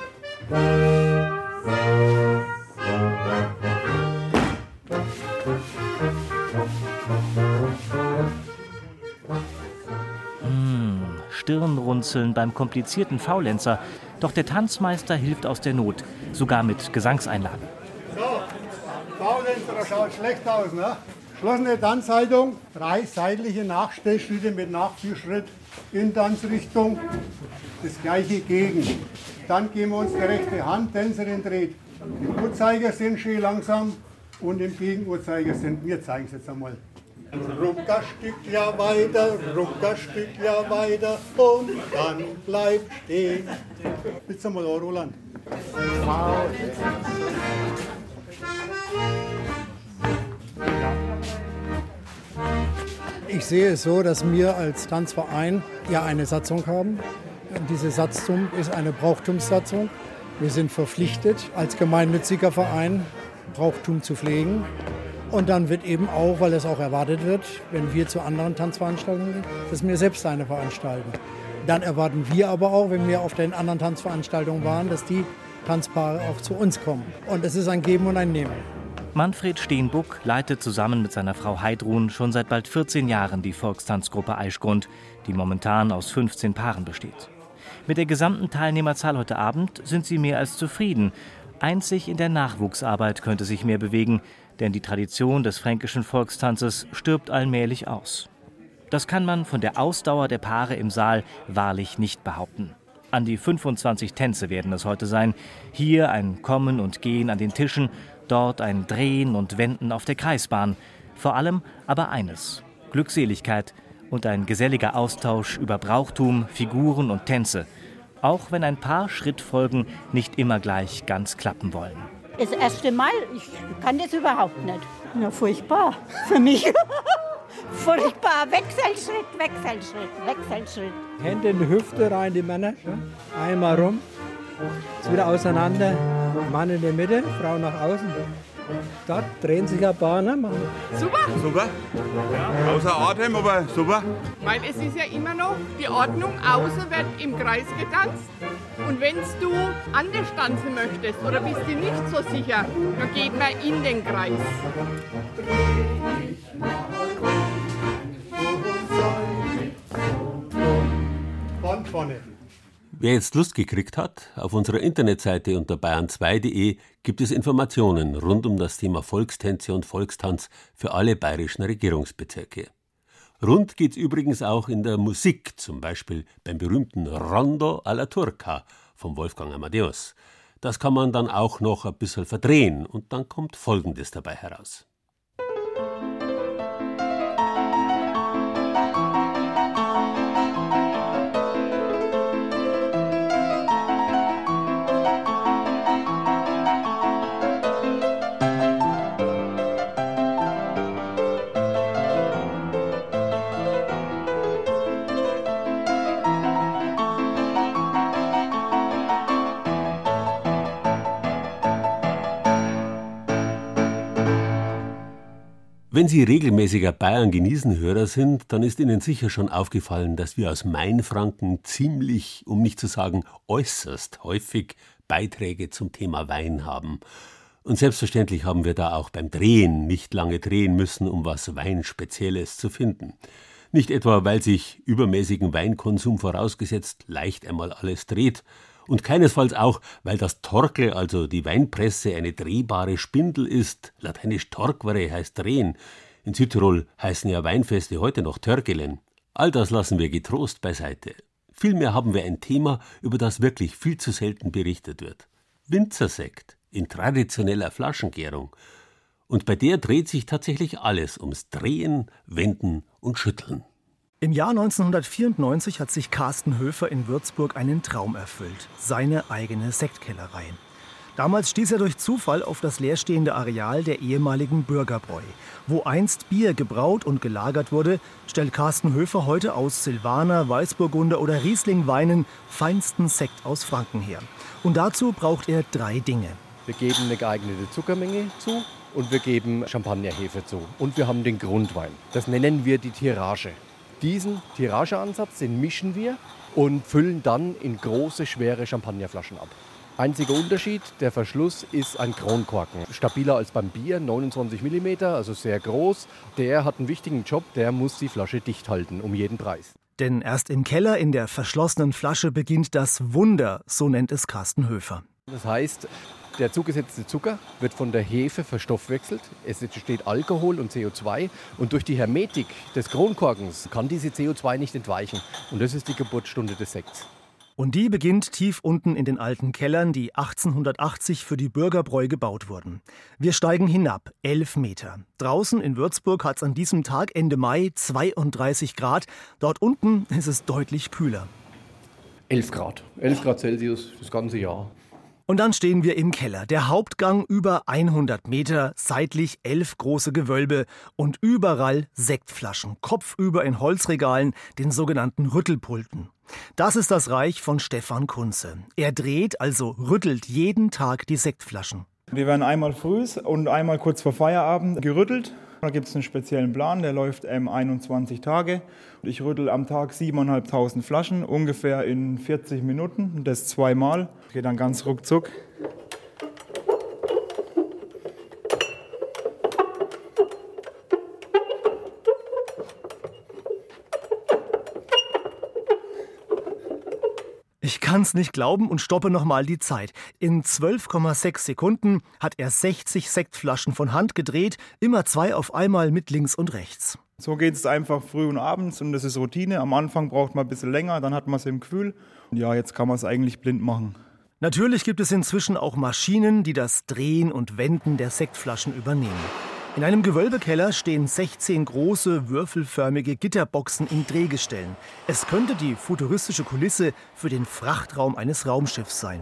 Mmh, Stirnrunzeln beim komplizierten Faulenzer. Doch der Tanzmeister hilft aus der Not, sogar mit Gesangseinlagen. So, Faulenzer schaut schlecht aus, ne? Geschlossene Tanzhaltung, drei seitliche Nachstellschritte mit Nachführschritt in Tanzrichtung, das gleiche gegen. Dann geben wir uns die rechte Hand, Tänzerin dreht im Uhrzeigersinn schön langsam und im Gegenuhrzeigersinn. Wir zeigen es jetzt einmal. Rucker Stückchen weiter, Rucker Stückchen weiter und dann bleib stehen. Willst du mal da, Roland? Wow. Ich sehe es so, dass wir als Tanzverein ja eine Satzung haben. Und diese Satzung ist eine Brauchtumssatzung. Wir sind verpflichtet, als gemeinnütziger Verein Brauchtum zu pflegen. Und dann wird eben auch, weil es auch erwartet wird, wenn wir zu anderen Tanzveranstaltungen gehen, dass wir selbst eine veranstalten. Dann erwarten wir aber auch, wenn wir auf den anderen Tanzveranstaltungen waren, dass die Tanzpaare auch zu uns kommen. Und es ist ein Geben und ein Nehmen. Manfred Steenbuck leitet zusammen mit seiner Frau Heidrun schon seit bald vierzehn Jahren die Volkstanzgruppe Aischgrund, die momentan aus fünfzehn Paaren besteht. Mit der gesamten Teilnehmerzahl heute Abend sind sie mehr als zufrieden. Einzig in der Nachwuchsarbeit könnte sich mehr bewegen, denn die Tradition des fränkischen Volkstanzes stirbt allmählich aus. Das kann man von der Ausdauer der Paare im Saal wahrlich nicht behaupten. An die fünfundzwanzig Tänze werden es heute sein. Hier ein Kommen und Gehen an den Tischen, dort ein Drehen und Wenden auf der Kreisbahn. Vor allem aber eines: Glückseligkeit und ein geselliger Austausch über Brauchtum, Figuren und Tänze. Auch wenn ein paar Schrittfolgen nicht immer gleich ganz klappen wollen. Das erste Mal, ich kann das überhaupt nicht. Na, furchtbar für mich. Furchtbar. Wechselschritt, Wechselschritt, Wechselschritt. Hände in die Hüfte rein, die Männer. Einmal rum. Jetzt wieder auseinander. Mann in der Mitte, Frau nach außen. Dort drehen sich ein paar. Ne? Super. Super. Ja. Außer Atem, aber super. Weil es ist ja immer noch die Ordnung, außer wird im Kreis getanzt. Und wenn du anders tanzen möchtest oder bist du nicht so sicher, dann geht man in den Kreis. Von vorne. Wer jetzt Lust gekriegt hat, auf unserer Internetseite unter bayern zwei punkt de gibt es Informationen rund um das Thema Volkstänze und Volkstanz für alle bayerischen Regierungsbezirke. Rund geht's übrigens auch in der Musik, zum Beispiel beim berühmten Rondo alla Turca von Wolfgang Amadeus. Das kann man dann auch noch ein bisschen verdrehen und dann kommt Folgendes dabei heraus. Wenn Sie regelmäßiger Bayern-Genießen-Hörer sind, dann ist Ihnen sicher schon aufgefallen, dass wir aus Mainfranken ziemlich, um nicht zu sagen äußerst häufig Beiträge zum Thema Wein haben. Und selbstverständlich haben wir da auch beim Drehen nicht lange drehen müssen, um was Weinspezielles zu finden. Nicht etwa, weil sich übermäßigen Weinkonsum vorausgesetzt leicht einmal alles dreht, und keinesfalls auch, weil das Torkel, also die Weinpresse, eine drehbare Spindel ist. Lateinisch torquere heißt drehen. In Südtirol heißen ja Weinfeste heute noch Törgelen. All das lassen wir getrost beiseite. Vielmehr haben wir ein Thema, über das wirklich viel zu selten berichtet wird. Winzersekt in traditioneller Flaschengärung. Und bei der dreht sich tatsächlich alles ums Drehen, Wenden und Schütteln. Im Jahr neunzehnhundertvierundneunzig hat sich Carsten Höfer in Würzburg einen Traum erfüllt: seine eigene Sektkellerei. Damals stieß er durch Zufall auf das leerstehende Areal der ehemaligen Bürgerbräu. Wo einst Bier gebraut und gelagert wurde, stellt Carsten Höfer heute aus Silvaner, Weißburgunder oder Riesling-Weinen feinsten Sekt aus Franken her. Und dazu braucht er drei Dinge. Wir geben eine geeignete Zuckermenge zu und wir geben Champagnerhefe zu. Und wir haben den Grundwein. Das nennen wir die Tirage. Diesen Tirageansatz, den mischen wir und füllen dann in große, schwere Champagnerflaschen ab. Einziger Unterschied, der Verschluss ist ein Kronkorken. Stabiler als beim Bier, neunundzwanzig Millimeter, also sehr groß. Der hat einen wichtigen Job, der muss die Flasche dicht halten, um jeden Preis. Denn erst im Keller in der verschlossenen Flasche beginnt das Wunder, so nennt es Carsten Höfer. Das heißt, der zugesetzte Zucker wird von der Hefe verstoffwechselt. Es entsteht Alkohol und C O zwei. Und durch die Hermetik des Kronkorkens kann diese C O zwei nicht entweichen. Und das ist die Geburtsstunde des Sekts. Und die beginnt tief unten in den alten Kellern, die achtzehnhundertachtzig für die Bürgerbräu gebaut wurden. Wir steigen hinab, elf Meter. Draußen in Würzburg hat es an diesem Tag Ende Mai zweiunddreißig Grad. Dort unten ist es deutlich kühler. elf Grad. elf Grad Celsius das ganze Jahr. Und dann stehen wir im Keller. Der Hauptgang über hundert Meter, seitlich elf große Gewölbe und überall Sektflaschen, kopfüber in Holzregalen, den sogenannten Rüttelpulten. Das ist das Reich von Stefan Kunze. Er dreht, also rüttelt jeden Tag die Sektflaschen. Wir werden einmal früh und einmal kurz vor Feierabend gerüttelt. Da gibt es einen speziellen Plan, der läuft ähm, einundzwanzig Tage. Ich rüttel am Tag siebentausendfünfhundert Flaschen, ungefähr in vierzig Minuten, das zweimal. Geht dann ganz ruckzuck. Ich kann's nicht glauben und stoppe nochmal die Zeit. In zwölf Komma sechs Sekunden hat er sechzig Sektflaschen von Hand gedreht, immer zwei auf einmal mit links und rechts. So geht es einfach früh und abends und das ist Routine. Am Anfang braucht man ein bisschen länger, dann hat man es im Gefühl. Und ja, jetzt kann man es eigentlich blind machen. Natürlich gibt es inzwischen auch Maschinen, die das Drehen und Wenden der Sektflaschen übernehmen. In einem Gewölbekeller stehen sechzehn große, würfelförmige Gitterboxen in Drehgestellen. Es könnte die futuristische Kulisse für den Frachtraum eines Raumschiffs sein.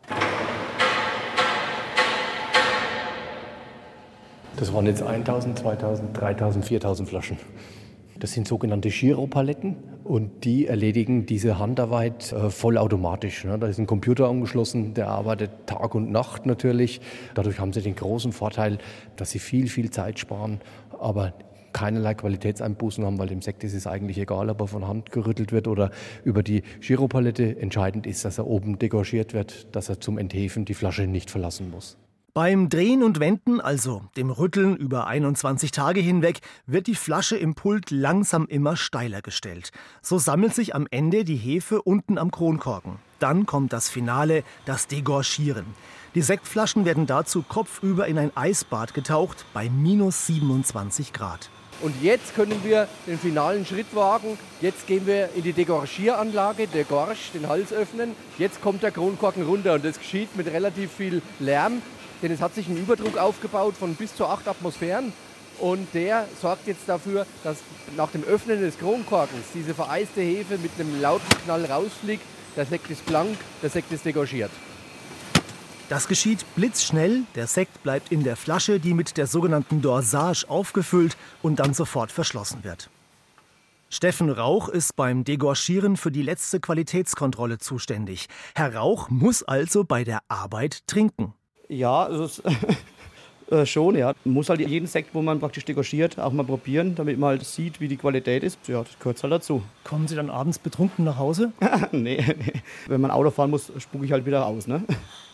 Das waren jetzt eintausend, zweitausend, dreitausend, viertausend Flaschen. Das sind sogenannte Giropaletten und die erledigen diese Handarbeit äh, vollautomatisch. Ne? Da ist ein Computer angeschlossen, der arbeitet Tag und Nacht natürlich. Dadurch haben sie den großen Vorteil, dass sie viel, viel Zeit sparen, aber keinerlei Qualitätseinbußen haben, weil dem Sekt ist es eigentlich egal, ob er von Hand gerüttelt wird oder über die Giropalette. Entscheidend ist, dass er oben degorgiert wird, dass er zum Enthefen die Flasche nicht verlassen muss. Beim Drehen und Wenden, also dem Rütteln über einundzwanzig Tage hinweg, wird die Flasche im Pult langsam immer steiler gestellt. So sammelt sich am Ende die Hefe unten am Kronkorken. Dann kommt das Finale, das Degorgieren. Die Sektflaschen werden dazu kopfüber in ein Eisbad getaucht bei minus siebenundzwanzig Grad. Und jetzt können wir den finalen Schritt wagen. Jetzt gehen wir in die Degorgieranlage, Degorge, den Hals öffnen. Jetzt kommt der Kronkorken runter und das geschieht mit relativ viel Lärm. Denn es hat sich ein Überdruck aufgebaut von bis zu acht Atmosphären. Und der sorgt jetzt dafür, dass nach dem Öffnen des Kronkorkens diese vereiste Hefe mit einem lauten Knall rausfliegt. Der Sekt ist blank, der Sekt ist degorgiert. Das geschieht blitzschnell. Der Sekt bleibt in der Flasche, die mit der sogenannten Dorsage aufgefüllt und dann sofort verschlossen wird. Steffen Rauch ist beim Degorgieren für die letzte Qualitätskontrolle zuständig. Herr Rauch muss also bei der Arbeit trinken. Ja, also es Äh, schon, ja. Man muss halt jeden Sekt, wo man praktisch degustiert, auch mal probieren, damit man halt sieht, wie die Qualität ist. Ja, das gehört halt dazu. Kommen Sie dann abends betrunken nach Hause? nee, nee, wenn man Auto fahren muss, spucke ich halt wieder aus, ne?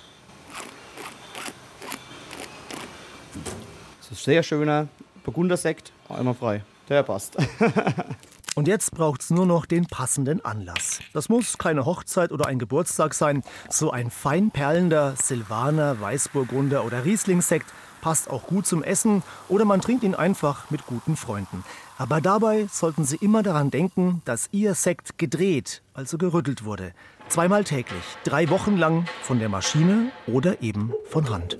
Das ist ein sehr schöner Burgundersekt, einmal frei. Der passt. Und jetzt braucht es nur noch den passenden Anlass. Das muss keine Hochzeit oder ein Geburtstag sein. So ein fein perlender Silvaner, Weißburgunder oder Rieslingsekt passt auch gut zum Essen oder man trinkt ihn einfach mit guten Freunden. Aber dabei sollten Sie immer daran denken, dass Ihr Sekt gedreht, also gerüttelt wurde. Zweimal täglich, drei Wochen lang von der Maschine oder eben von Hand.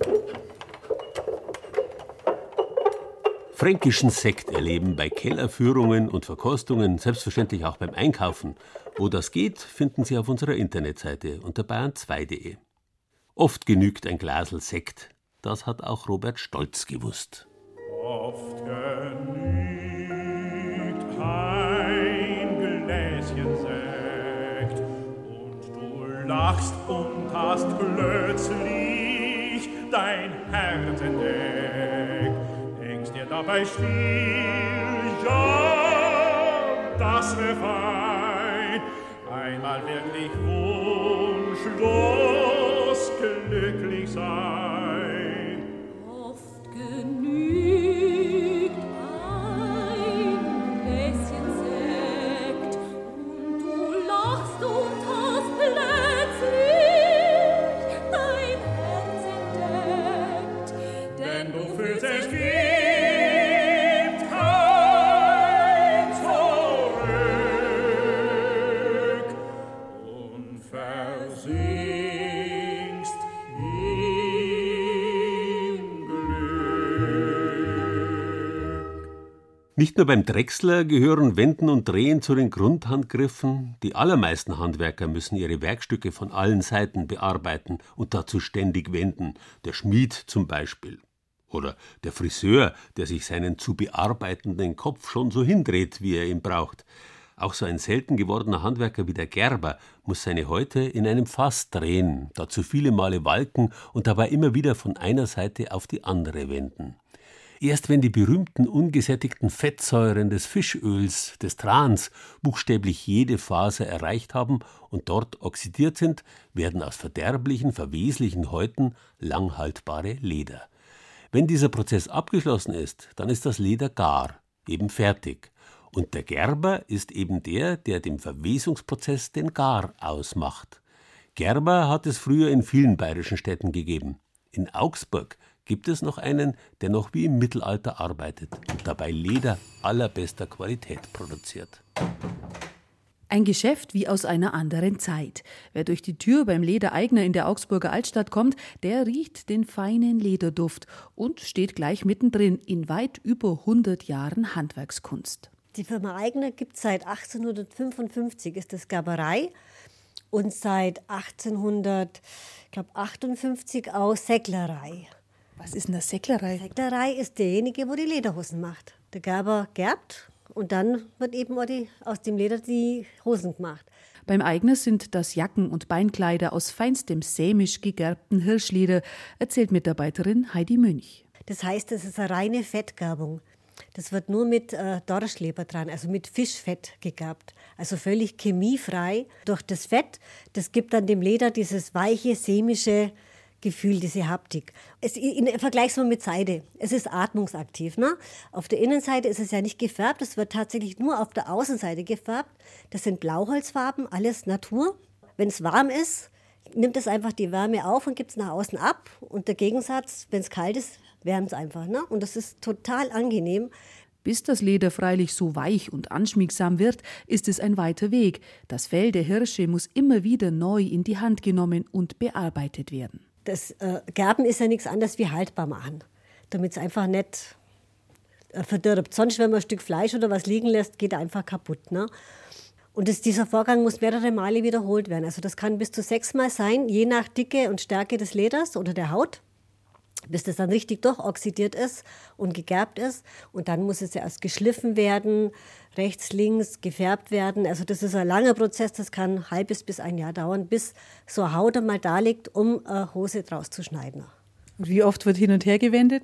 Fränkischen Sekt erleben bei Kellerführungen und Verkostungen, selbstverständlich auch beim Einkaufen. Wo das geht, finden Sie auf unserer Internetseite unter bayern zwei punkt de. Oft genügt ein Glasl Sekt. Das hat auch Robert Stolz gewusst. Oft genügt ein Gläschen Sekt und du lachst und hast plötzlich dein Herz entdeckt. Denkst dir dabei still, ja, das wär fein. Einmal wirklich wunschlos glücklich sein. Oft genügt ein Gläschen Sekt und du lachst und hast plötzlich dein Herz entdeckt. Denn du fühlst, es gibt Nicht nur beim Drechsler gehören Wenden und Drehen zu den Grundhandgriffen. Die allermeisten Handwerker müssen ihre Werkstücke von allen Seiten bearbeiten und dazu ständig wenden. Der Schmied zum Beispiel. Oder der Friseur, der sich seinen zu bearbeitenden Kopf schon so hindreht, wie er ihn braucht. Auch so ein selten gewordener Handwerker wie der Gerber muss seine Häute in einem Fass drehen, dazu viele Male walken und dabei immer wieder von einer Seite auf die andere wenden. Erst wenn die berühmten ungesättigten Fettsäuren des Fischöls, des Trans, buchstäblich jede Faser erreicht haben und dort oxidiert sind, werden aus verderblichen, verweslichen Häuten langhaltbare Leder. Wenn dieser Prozess abgeschlossen ist, dann ist das Leder gar, eben fertig. Und der Gerber ist eben der, der dem Verwesungsprozess den Gar ausmacht. Gerber hat es früher in vielen bayerischen Städten gegeben. In Augsburg gibt es noch einen, der noch wie im Mittelalter arbeitet und dabei Leder allerbester Qualität produziert. Ein Geschäft wie aus einer anderen Zeit. Wer durch die Tür beim Ledereigner in der Augsburger Altstadt kommt, der riecht den feinen Lederduft und steht gleich mittendrin in weit über hundert Jahren Handwerkskunst. Die Firma Eigner gibt es seit achtzehnhundertfünfundfünfzig, ist das Gerberei, und seit achtzehnhundertachtundfünfzig auch Säcklerei. Was ist denn das Säcklerei? Säcklerei ist derjenige, wo die Lederhosen macht. Der Gerber gerbt und dann wird eben auch die, aus dem Leder die Hosen gemacht. Beim Eigner sind das Jacken und Beinkleider aus feinstem sämisch gegerbten Hirschleder, erzählt Mitarbeiterin Heidi Münch. Das heißt, das ist eine reine Fettgerbung. Das wird nur mit äh, Dorschleber dran, also mit Fischfett gegerbt. Also völlig chemiefrei durch das Fett. Das gibt dann dem Leder dieses weiche, sämische Gefühl, diese Haptik. Es, in, vergleich's mal mit Seide. Es ist atmungsaktiv. Ne? Auf der Innenseite ist es ja nicht gefärbt, es wird tatsächlich nur auf der Außenseite gefärbt. Das sind Blauholzfarben, alles Natur. Wenn es warm ist, nimmt es einfach die Wärme auf und gibt es nach außen ab. Und der Gegensatz, wenn es kalt ist, wärmt es einfach. Ne? Und das ist total angenehm. Bis das Leder freilich so weich und anschmiegsam wird, ist es ein weiter Weg. Das Fell der Hirsche muss immer wieder neu in die Hand genommen und bearbeitet werden. Das äh, Gerben ist ja nichts anderes wie haltbar machen, damit es einfach nicht äh, verdirbt. Sonst, wenn man ein Stück Fleisch oder was liegen lässt, geht er einfach kaputt. Ne? Und das, dieser Vorgang muss mehrere Male wiederholt werden. Also das kann bis zu sechsmal sein, je nach Dicke und Stärke des Leders oder der Haut, bis das dann richtig durchoxidiert ist und gegerbt ist. Und dann muss es ja erst geschliffen werden, rechts, links, gefärbt werden. Also das ist ein langer Prozess, das kann ein halbes bis ein Jahr dauern, bis so eine Haut einmal da liegt, um eine Hose draus zu schneiden. Und wie oft wird hin und her gewendet?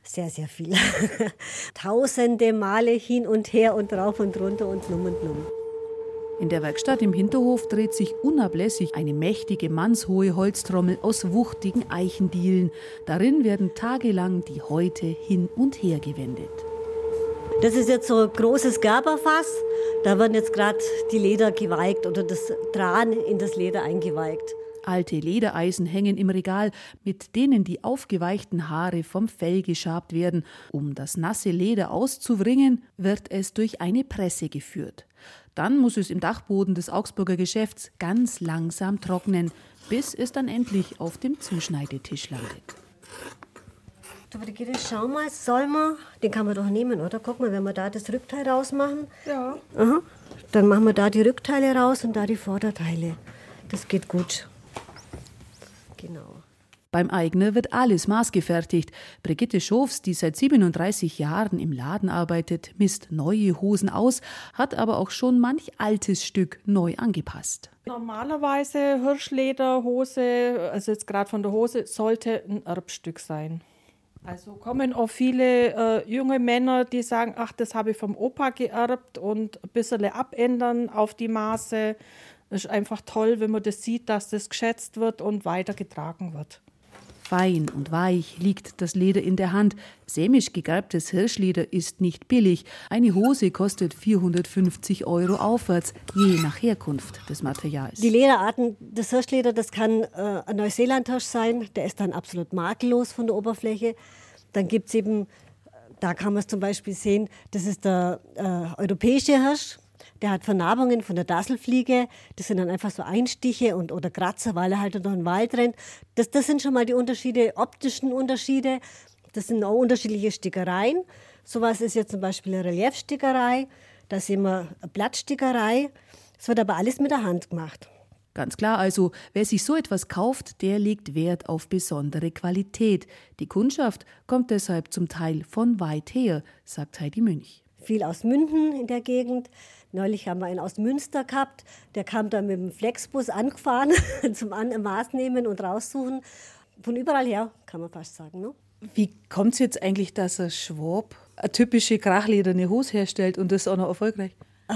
Sehr, sehr viel. Tausende Male hin und her und rauf und runter und blum und blum. In der Werkstatt im Hinterhof dreht sich unablässig eine mächtige mannshohe Holztrommel aus wuchtigen Eichendielen. Darin werden tagelang die Häute hin und her gewendet. Das ist jetzt so ein großes Gerberfass. Da werden jetzt gerade die Leder geweigt oder das Tran in das Leder eingeweigt. Alte Ledereisen hängen im Regal, mit denen die aufgeweichten Haare vom Fell geschabt werden. Um das nasse Leder auszuwringen, wird es durch eine Presse geführt. Dann muss es im Dachboden des Augsburger Geschäfts ganz langsam trocknen, bis es dann endlich auf dem Zuschneidetisch landet. Du, Brigitte, schau mal, soll man, den kann man doch nehmen, oder? Guck mal, wenn wir da das Rückteil rausmachen. Ja. Aha. Dann machen wir da die Rückteile raus und da die Vorderteile. Das geht gut. Genau. Beim Aigner wird alles maßgefertigt. Brigitte Schofs, die seit siebenunddreißig Jahren im Laden arbeitet, misst neue Hosen aus, hat aber auch schon manch altes Stück neu angepasst. Normalerweise Hirschlederhose, also jetzt gerade von der Hose, sollte ein Erbstück sein. Also kommen auch viele äh, junge Männer, die sagen, ach, das habe ich vom Opa geerbt und ein bisschen abändern auf die Maße. Es ist einfach toll, wenn man das sieht, dass das geschätzt wird und weitergetragen wird. Fein und weich liegt das Leder in der Hand. Sämisch gegerbtes Hirschleder ist nicht billig. Eine Hose kostet vierhundertfünfzig Euro aufwärts, je nach Herkunft des Materials. Die Lederarten, das Hirschleder, das kann äh, ein Neuseeland-Hirsch sein. Der ist dann absolut makellos von der Oberfläche. Dann gibt es eben, da kann man es zum Beispiel sehen, das ist der äh, europäische Hirsch. Der hat Vernarbungen von der Dasselfliege. Das sind dann einfach so Einstiche und, oder Kratzer, weil er halt durch den Wald rennt. Das, das sind schon mal die Unterschiede, optischen Unterschiede. Das sind auch unterschiedliche Stickereien. Sowas ist jetzt zum Beispiel eine Reliefstickerei. Da sehen wir eine Blattstickerei. Es wird aber alles mit der Hand gemacht. Ganz klar also, wer sich so etwas kauft, der legt Wert auf besondere Qualität. Die Kundschaft kommt deshalb zum Teil von weit her, sagt Heidi Münch. Viel aus Münden in der Gegend. Neulich haben wir einen aus Münster gehabt. Der kam dann mit dem Flexbus angefahren zum An- Maß nehmen und raussuchen. Von überall her, kann man fast sagen. Ne? Wie kommt es jetzt eigentlich, dass ein Schwab eine typische krachlederne Hose herstellt und das auch noch erfolgreich?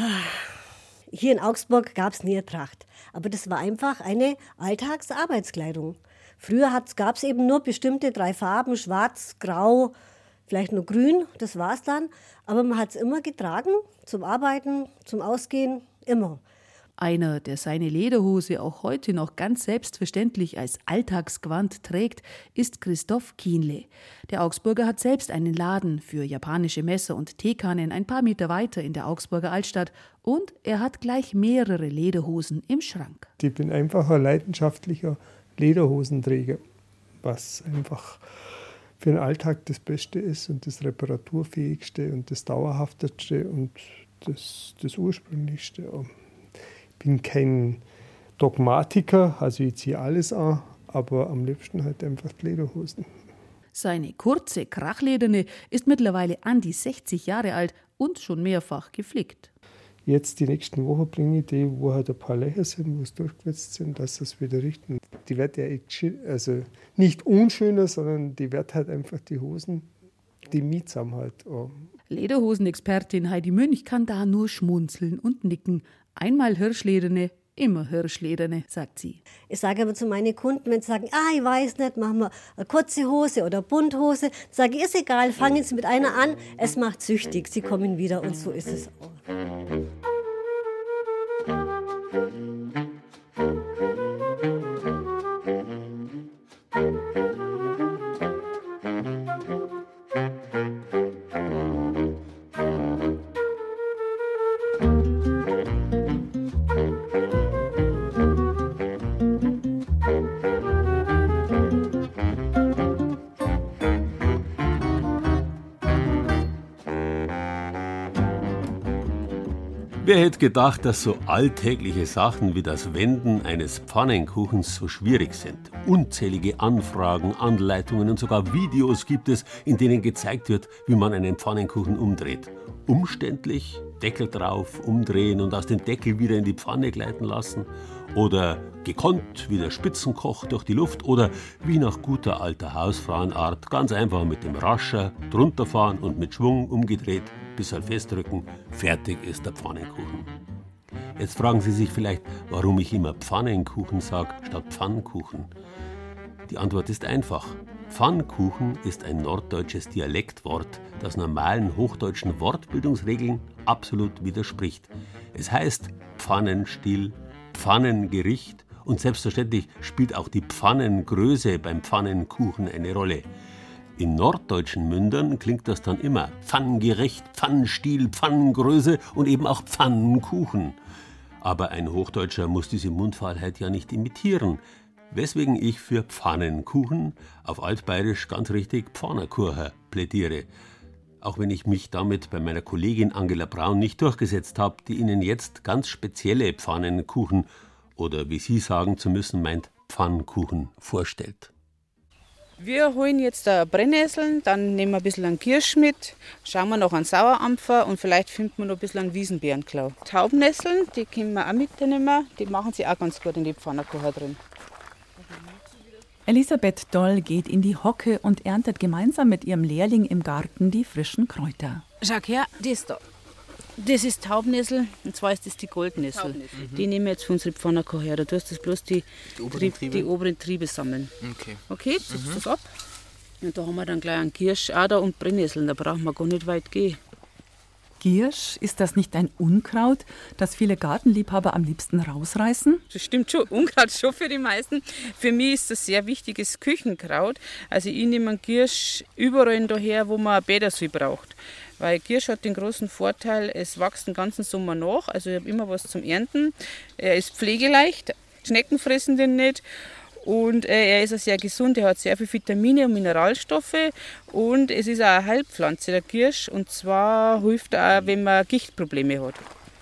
Hier in Augsburg gab es nie eine Tracht. Aber das war einfach eine Alltagsarbeitskleidung. Früher gab es eben nur bestimmte drei Farben, schwarz, grau, vielleicht nur grün, das war's dann. Aber man hat es immer getragen, zum Arbeiten, zum Ausgehen, immer. Einer, der seine Lederhose auch heute noch ganz selbstverständlich als Alltagsgewand trägt, ist Christoph Kienle. Der Augsburger hat selbst einen Laden für japanische Messer und Teekannen ein paar Meter weiter in der Augsburger Altstadt. Und er hat gleich mehrere Lederhosen im Schrank. Ich bin einfach ein leidenschaftlicher Lederhosenträger, was einfach für den Alltag das Beste ist und das Reparaturfähigste und das Dauerhafteste und das, das Ursprünglichste. Ich bin kein Dogmatiker, also ich ziehe alles an, aber am liebsten halt einfach die Lederhosen. Seine kurze, krachlederne ist mittlerweile an die sechzig Jahre alt und schon mehrfach geflickt. Jetzt die nächsten Wochen bringe ich die, wo halt ein paar Löcher sind, wo es durchgewetzt sind, dass sie es wieder richten. Die wird ja echt, also nicht unschöner, sondern die wird halt einfach die Hosen, die mietsam halt. Oh. Lederhosenexpertin Heidi Münch kann da nur schmunzeln und nicken. Einmal Hirschlederne, immer Hirschlederne, sagt sie. Ich sage aber zu meinen Kunden, wenn sie sagen, ah, ich weiß nicht, machen wir eine kurze Hose oder Bunthose, sage ich, ist egal, fangen Sie mit einer an, es macht süchtig, Sie kommen wieder und so ist es auch. Wer hätte gedacht, dass so alltägliche Sachen wie das Wenden eines Pfannenkuchens so schwierig sind? Unzählige Anfragen, Anleitungen und sogar Videos gibt es, in denen gezeigt wird, wie man einen Pfannenkuchen umdreht. Umständlich? Deckel drauf, umdrehen und aus dem Deckel wieder in die Pfanne gleiten lassen. Oder gekonnt wie der Spitzenkoch durch die Luft. Oder wie nach guter alter Hausfrauenart ganz einfach mit dem Rascher drunter fahren und mit Schwung umgedreht, bis halt festdrücken. Fertig ist der Pfannenkuchen. Jetzt fragen Sie sich vielleicht, warum ich immer Pfannenkuchen sage statt Pfannkuchen. Die Antwort ist einfach. Pfannkuchen ist ein norddeutsches Dialektwort, das normalen hochdeutschen Wortbildungsregeln absolut widerspricht. Es heißt Pfannenstiel, Pfannengericht und selbstverständlich spielt auch die Pfannengröße beim Pfannenkuchen eine Rolle. In norddeutschen Mündern klingt das dann immer Pfannengericht, Pfannenstiel, Pfannengröße und eben auch Pfannenkuchen. Aber ein Hochdeutscher muss diese Mundfaulheit ja nicht imitieren, weswegen ich für Pfannenkuchen, auf altbayerisch ganz richtig Pfannerkuchen, plädiere. Auch wenn ich mich damit bei meiner Kollegin Angela Braun nicht durchgesetzt habe, die Ihnen jetzt ganz spezielle Pfannenkuchen oder wie Sie sagen zu müssen meint, Pfannkuchen vorstellt. Wir holen jetzt da Brennnesseln, dann nehmen wir ein bisschen an Kirsch mit, schauen wir noch an Sauerampfer und vielleicht finden wir noch ein bisschen an Wiesenbeerenklau. Taubennesseln, die können wir auch mitnehmen, die machen sie auch ganz gut in die Pfannkuchen drin. Elisabeth Doll geht in die Hocke und erntet gemeinsam mit ihrem Lehrling im Garten die frischen Kräuter. Schau her, das da. Das ist Taubennessel, und zwar ist das die Goldnessel. Mhm. Die nehmen wir jetzt für unsere Pfannkuchen her. Da tust du bloß die, die, oberen Trieb, Triebe? die oberen Triebe sammeln. Okay, okay ziehst mhm. das ab. Und da haben wir dann gleich einen Kirsch auch da und Brennnesseln. Da brauchen wir gar nicht weit gehen. Giersch, ist das nicht ein Unkraut, das viele Gartenliebhaber am liebsten rausreißen? Das stimmt schon, Unkraut schon für die meisten. Für mich ist das sehr wichtiges Küchenkraut. Also ich nehme einen Giersch überall daher, wo man Bädersäule braucht. Weil Giersch hat den großen Vorteil, es wächst den ganzen Sommer nach. Also ich habe immer was zum Ernten. Er ist pflegeleicht, Schnecken fressen den nicht. Und äh, er ist auch sehr gesund, er hat sehr viele Vitamine und Mineralstoffe und es ist auch eine Heilpflanze, der Giersch, und zwar hilft er auch, wenn man Gichtprobleme hat.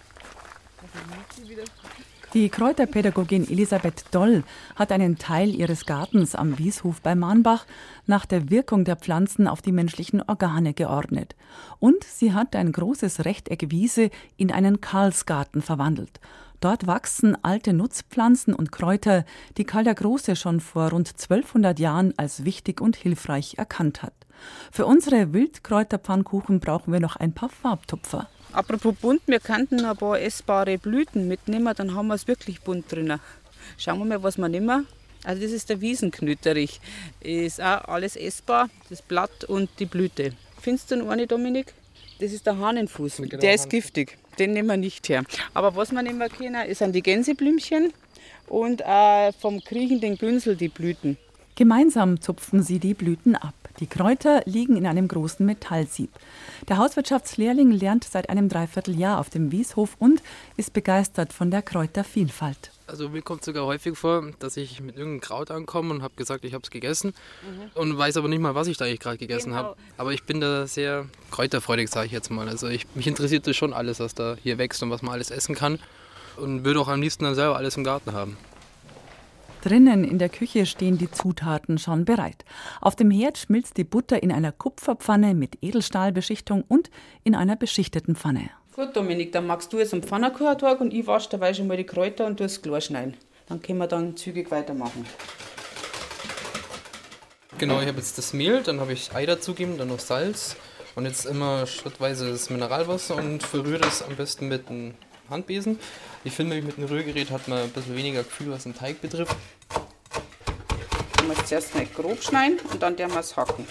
Die Kräuterpädagogin Elisabeth Doll hat einen Teil ihres Gartens am Wieshof bei Mahnbach nach der Wirkung der Pflanzen auf die menschlichen Organe geordnet. Und sie hat ein großes Rechteck Wiese in einen Karlsgarten verwandelt. Dort wachsen alte Nutzpflanzen und Kräuter, die Karl der Große schon vor rund zwölfhundert Jahren als wichtig und hilfreich erkannt hat. Für unsere Wildkräuterpfannkuchen brauchen wir noch ein paar Farbtupfer. Apropos bunt, wir könnten noch ein paar essbare Blüten mitnehmen, dann haben wir es wirklich bunt drin. Schauen wir mal, was wir nehmen. Also das ist der Wiesenknütterich. Ist auch alles essbar, das Blatt und die Blüte. Findest du noch eine, Dominik? Das ist der Hahnenfuß, genau, der ist giftig, den nehmen wir nicht her. Aber was wir nehmen können, sind die Gänseblümchen und äh, vom kriechenden Günsel die Blüten. Gemeinsam zupfen sie die Blüten ab. Die Kräuter liegen in einem großen Metallsieb. Der Hauswirtschaftslehrling lernt seit einem Dreivierteljahr auf dem Wieshof und ist begeistert von der Kräutervielfalt. Also mir kommt sogar häufig vor, dass ich mit irgendeinem Kraut ankomme und habe gesagt, ich habe es gegessen mhm. und weiß aber nicht mal, was ich da eigentlich gerade gegessen genau. habe. Aber ich bin da sehr kräuterfreudig, sage ich jetzt mal. Also ich, mich interessiert das schon alles, was da hier wächst und was man alles essen kann, und würde auch am liebsten dann selber alles im Garten haben. Drinnen in der Küche stehen die Zutaten schon bereit. Auf dem Herd schmilzt die Butter in einer Kupferpfanne mit Edelstahlbeschichtung und in einer beschichteten Pfanne. Gut, Dominik, dann magst du jetzt einen Pfannkuchen und ich wasche dabei schon mal die Kräuter und tue es klar schneiden. Dann können wir dann zügig weitermachen. Genau, ich habe jetzt das Mehl, dann habe ich Ei dazugegeben, dann noch Salz und jetzt immer schrittweise das Mineralwasser und verrühre das am besten mit einem Handbesen. Ich finde, mit einem Rührgerät hat man ein bisschen weniger Gefühl, was den Teig betrifft. Wir müssen es zuerst mal grob schneiden und dann werden wir es hacken.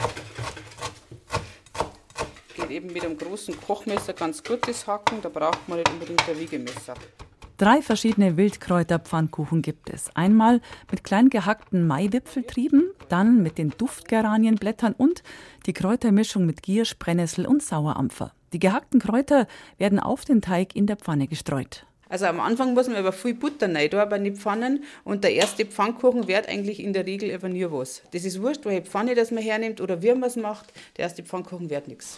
Geht eben mit einem großen Kochmesser ganz gut das Hacken, da braucht man nicht unbedingt ein Wiegemesser. Drei verschiedene Wildkräuterpfannkuchen gibt es. Einmal mit klein gehackten Maiwipfeltrieben, dann mit den Duftgeranienblättern und die Kräutermischung mit Giersch, Brennnessel und Sauerampfer. Die gehackten Kräuter werden auf den Teig in der Pfanne gestreut. Also am Anfang muss man aber viel Butter rein tun bei den Pfannen, und der erste Pfannkuchen wird eigentlich in der Regel einfach nie was. Das ist wurscht, welche Pfanne das man hernimmt oder wie man es macht, der erste Pfannkuchen wird nichts.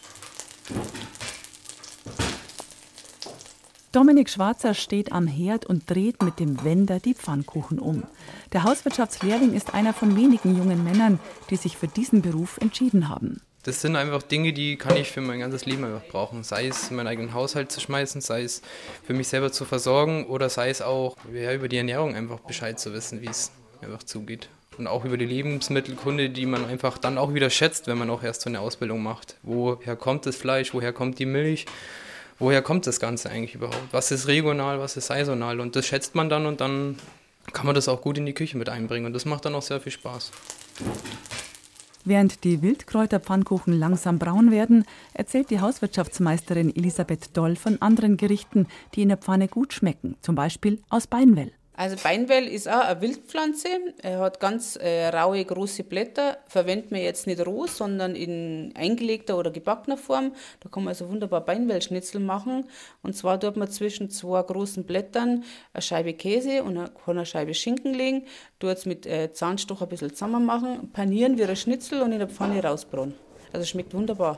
Dominik Schwarzer steht am Herd und dreht mit dem Wender die Pfannkuchen um. Der Hauswirtschaftslehrling ist einer von wenigen jungen Männern, die sich für diesen Beruf entschieden haben. Das sind einfach Dinge, die kann ich für mein ganzes Leben einfach brauchen. Sei es meinen eigenen Haushalt zu schmeißen, sei es für mich selber zu versorgen oder sei es auch ja, über die Ernährung einfach Bescheid zu wissen, wie es einfach zugeht. Und auch über die Lebensmittelkunde, die man einfach dann auch wieder schätzt, wenn man auch erst so eine Ausbildung macht. Woher kommt das Fleisch, woher kommt die Milch, woher kommt das Ganze eigentlich überhaupt? Was ist regional, was ist saisonal? Und das schätzt man dann und dann kann man das auch gut in die Küche mit einbringen. Und das macht dann auch sehr viel Spaß. Während die Wildkräuterpfannkuchen langsam braun werden, erzählt die Hauswirtschaftsmeisterin Elisabeth Doll von anderen Gerichten, die in der Pfanne gut schmecken, zum Beispiel aus Beinwell. Also Beinwell ist auch eine Wildpflanze. Er hat ganz äh, raue, große Blätter. Verwendet man jetzt nicht roh, sondern in eingelegter oder gebackener Form. Da kann man also wunderbar Beinwellschnitzel machen. Und zwar tut man zwischen zwei großen Blättern eine Scheibe Käse und eine, eine Scheibe Schinken legen. Tut es mit äh, Zahnstocher ein bisschen zusammen machen, panieren wie ein Schnitzel und in der Pfanne rausbrauen. Also schmeckt wunderbar.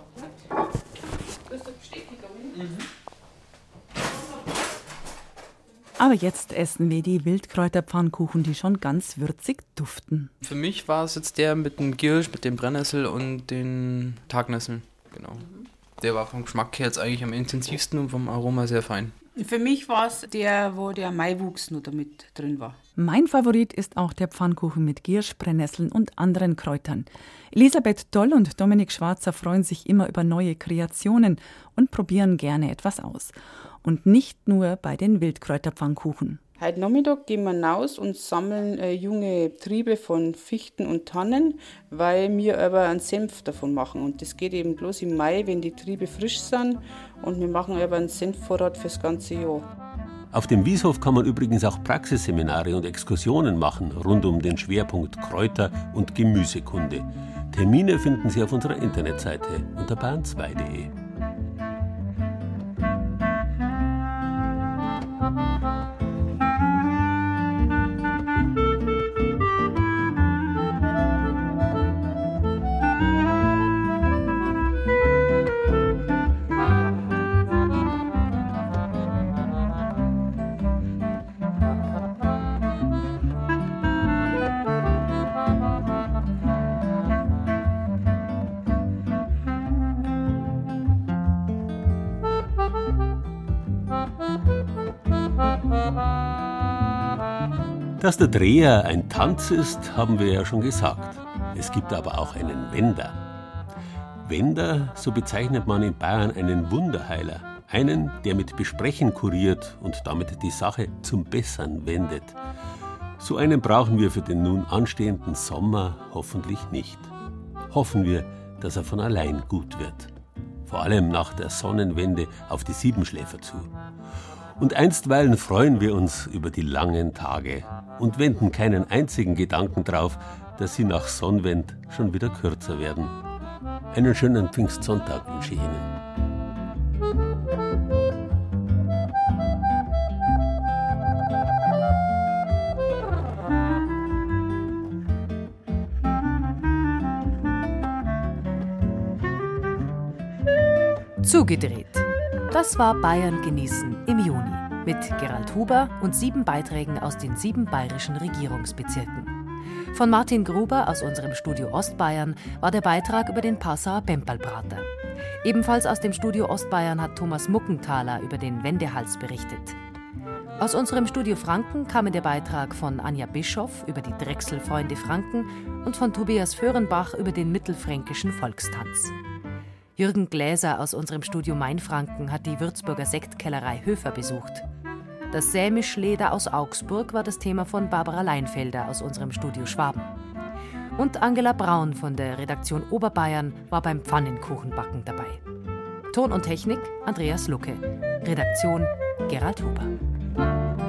Mhm. Aber jetzt essen wir die Wildkräuterpfannkuchen, die schon ganz würzig duften. Für mich war es jetzt der mit dem Giersch, mit dem Brennnessel und den Tagnesseln. Genau. Der war vom Geschmack her jetzt eigentlich am intensivsten und vom Aroma sehr fein. Für mich war es der, wo der Maiwuchs nur damit drin war. Mein Favorit ist auch der Pfannkuchen mit Giersch, Brennnesseln und anderen Kräutern. Elisabeth Doll und Dominik Schwarzer freuen sich immer über neue Kreationen und probieren gerne etwas aus. Und nicht nur bei den Wildkräuterpfannkuchen. Heute Nachmittag gehen wir raus und sammeln äh, junge Triebe von Fichten und Tannen, weil wir aber einen Senf davon machen. Und das geht eben bloß im Mai, wenn die Triebe frisch sind. Und wir machen aber einen Senfvorrat fürs ganze Jahr. Auf dem Wieshof kann man übrigens auch Praxisseminare und Exkursionen machen rund um den Schwerpunkt Kräuter- und Gemüsekunde. Termine finden Sie auf unserer Internetseite unter bayern zwei punkt de. Dass der Dreher ein Tanz ist, haben wir ja schon gesagt. Es gibt aber auch einen Wender. Wender, so bezeichnet man in Bayern einen Wunderheiler. Einen, der mit Besprechen kuriert und damit die Sache zum Bessern wendet. So einen brauchen wir für den nun anstehenden Sommer hoffentlich nicht. Hoffen wir, dass er von allein gut wird. Vor allem nach der Sonnenwende auf die Siebenschläfer zu. Und einstweilen freuen wir uns über die langen Tage und wenden keinen einzigen Gedanken drauf, dass sie nach Sonnenwend schon wieder kürzer werden. Einen schönen Pfingstsonntag wünsche ich Ihnen. Zugedreht. Das war Bayern genießen im Juni mit Gerald Huber und sieben Beiträgen aus den sieben bayerischen Regierungsbezirken. Von Martin Gruber aus unserem Studio Ostbayern war der Beitrag über den Passauer Bempalbrater. Ebenfalls aus dem Studio Ostbayern hat Thomas Muckenthaler über den Wendehals berichtet. Aus unserem Studio Franken kam der Beitrag von Anja Bischoff über die Drechselfreunde Franken und von Tobias Föhrenbach über den mittelfränkischen Volkstanz. Jürgen Gläser aus unserem Studio Mainfranken hat die Würzburger Sektkellerei Höfer besucht. Das Sämischleder aus Augsburg war das Thema von Barbara Leinfelder aus unserem Studio Schwaben. Und Angela Braun von der Redaktion Oberbayern war beim Pfannenkuchenbacken dabei. Ton und Technik Andreas Lucke. Redaktion Gerald Huber.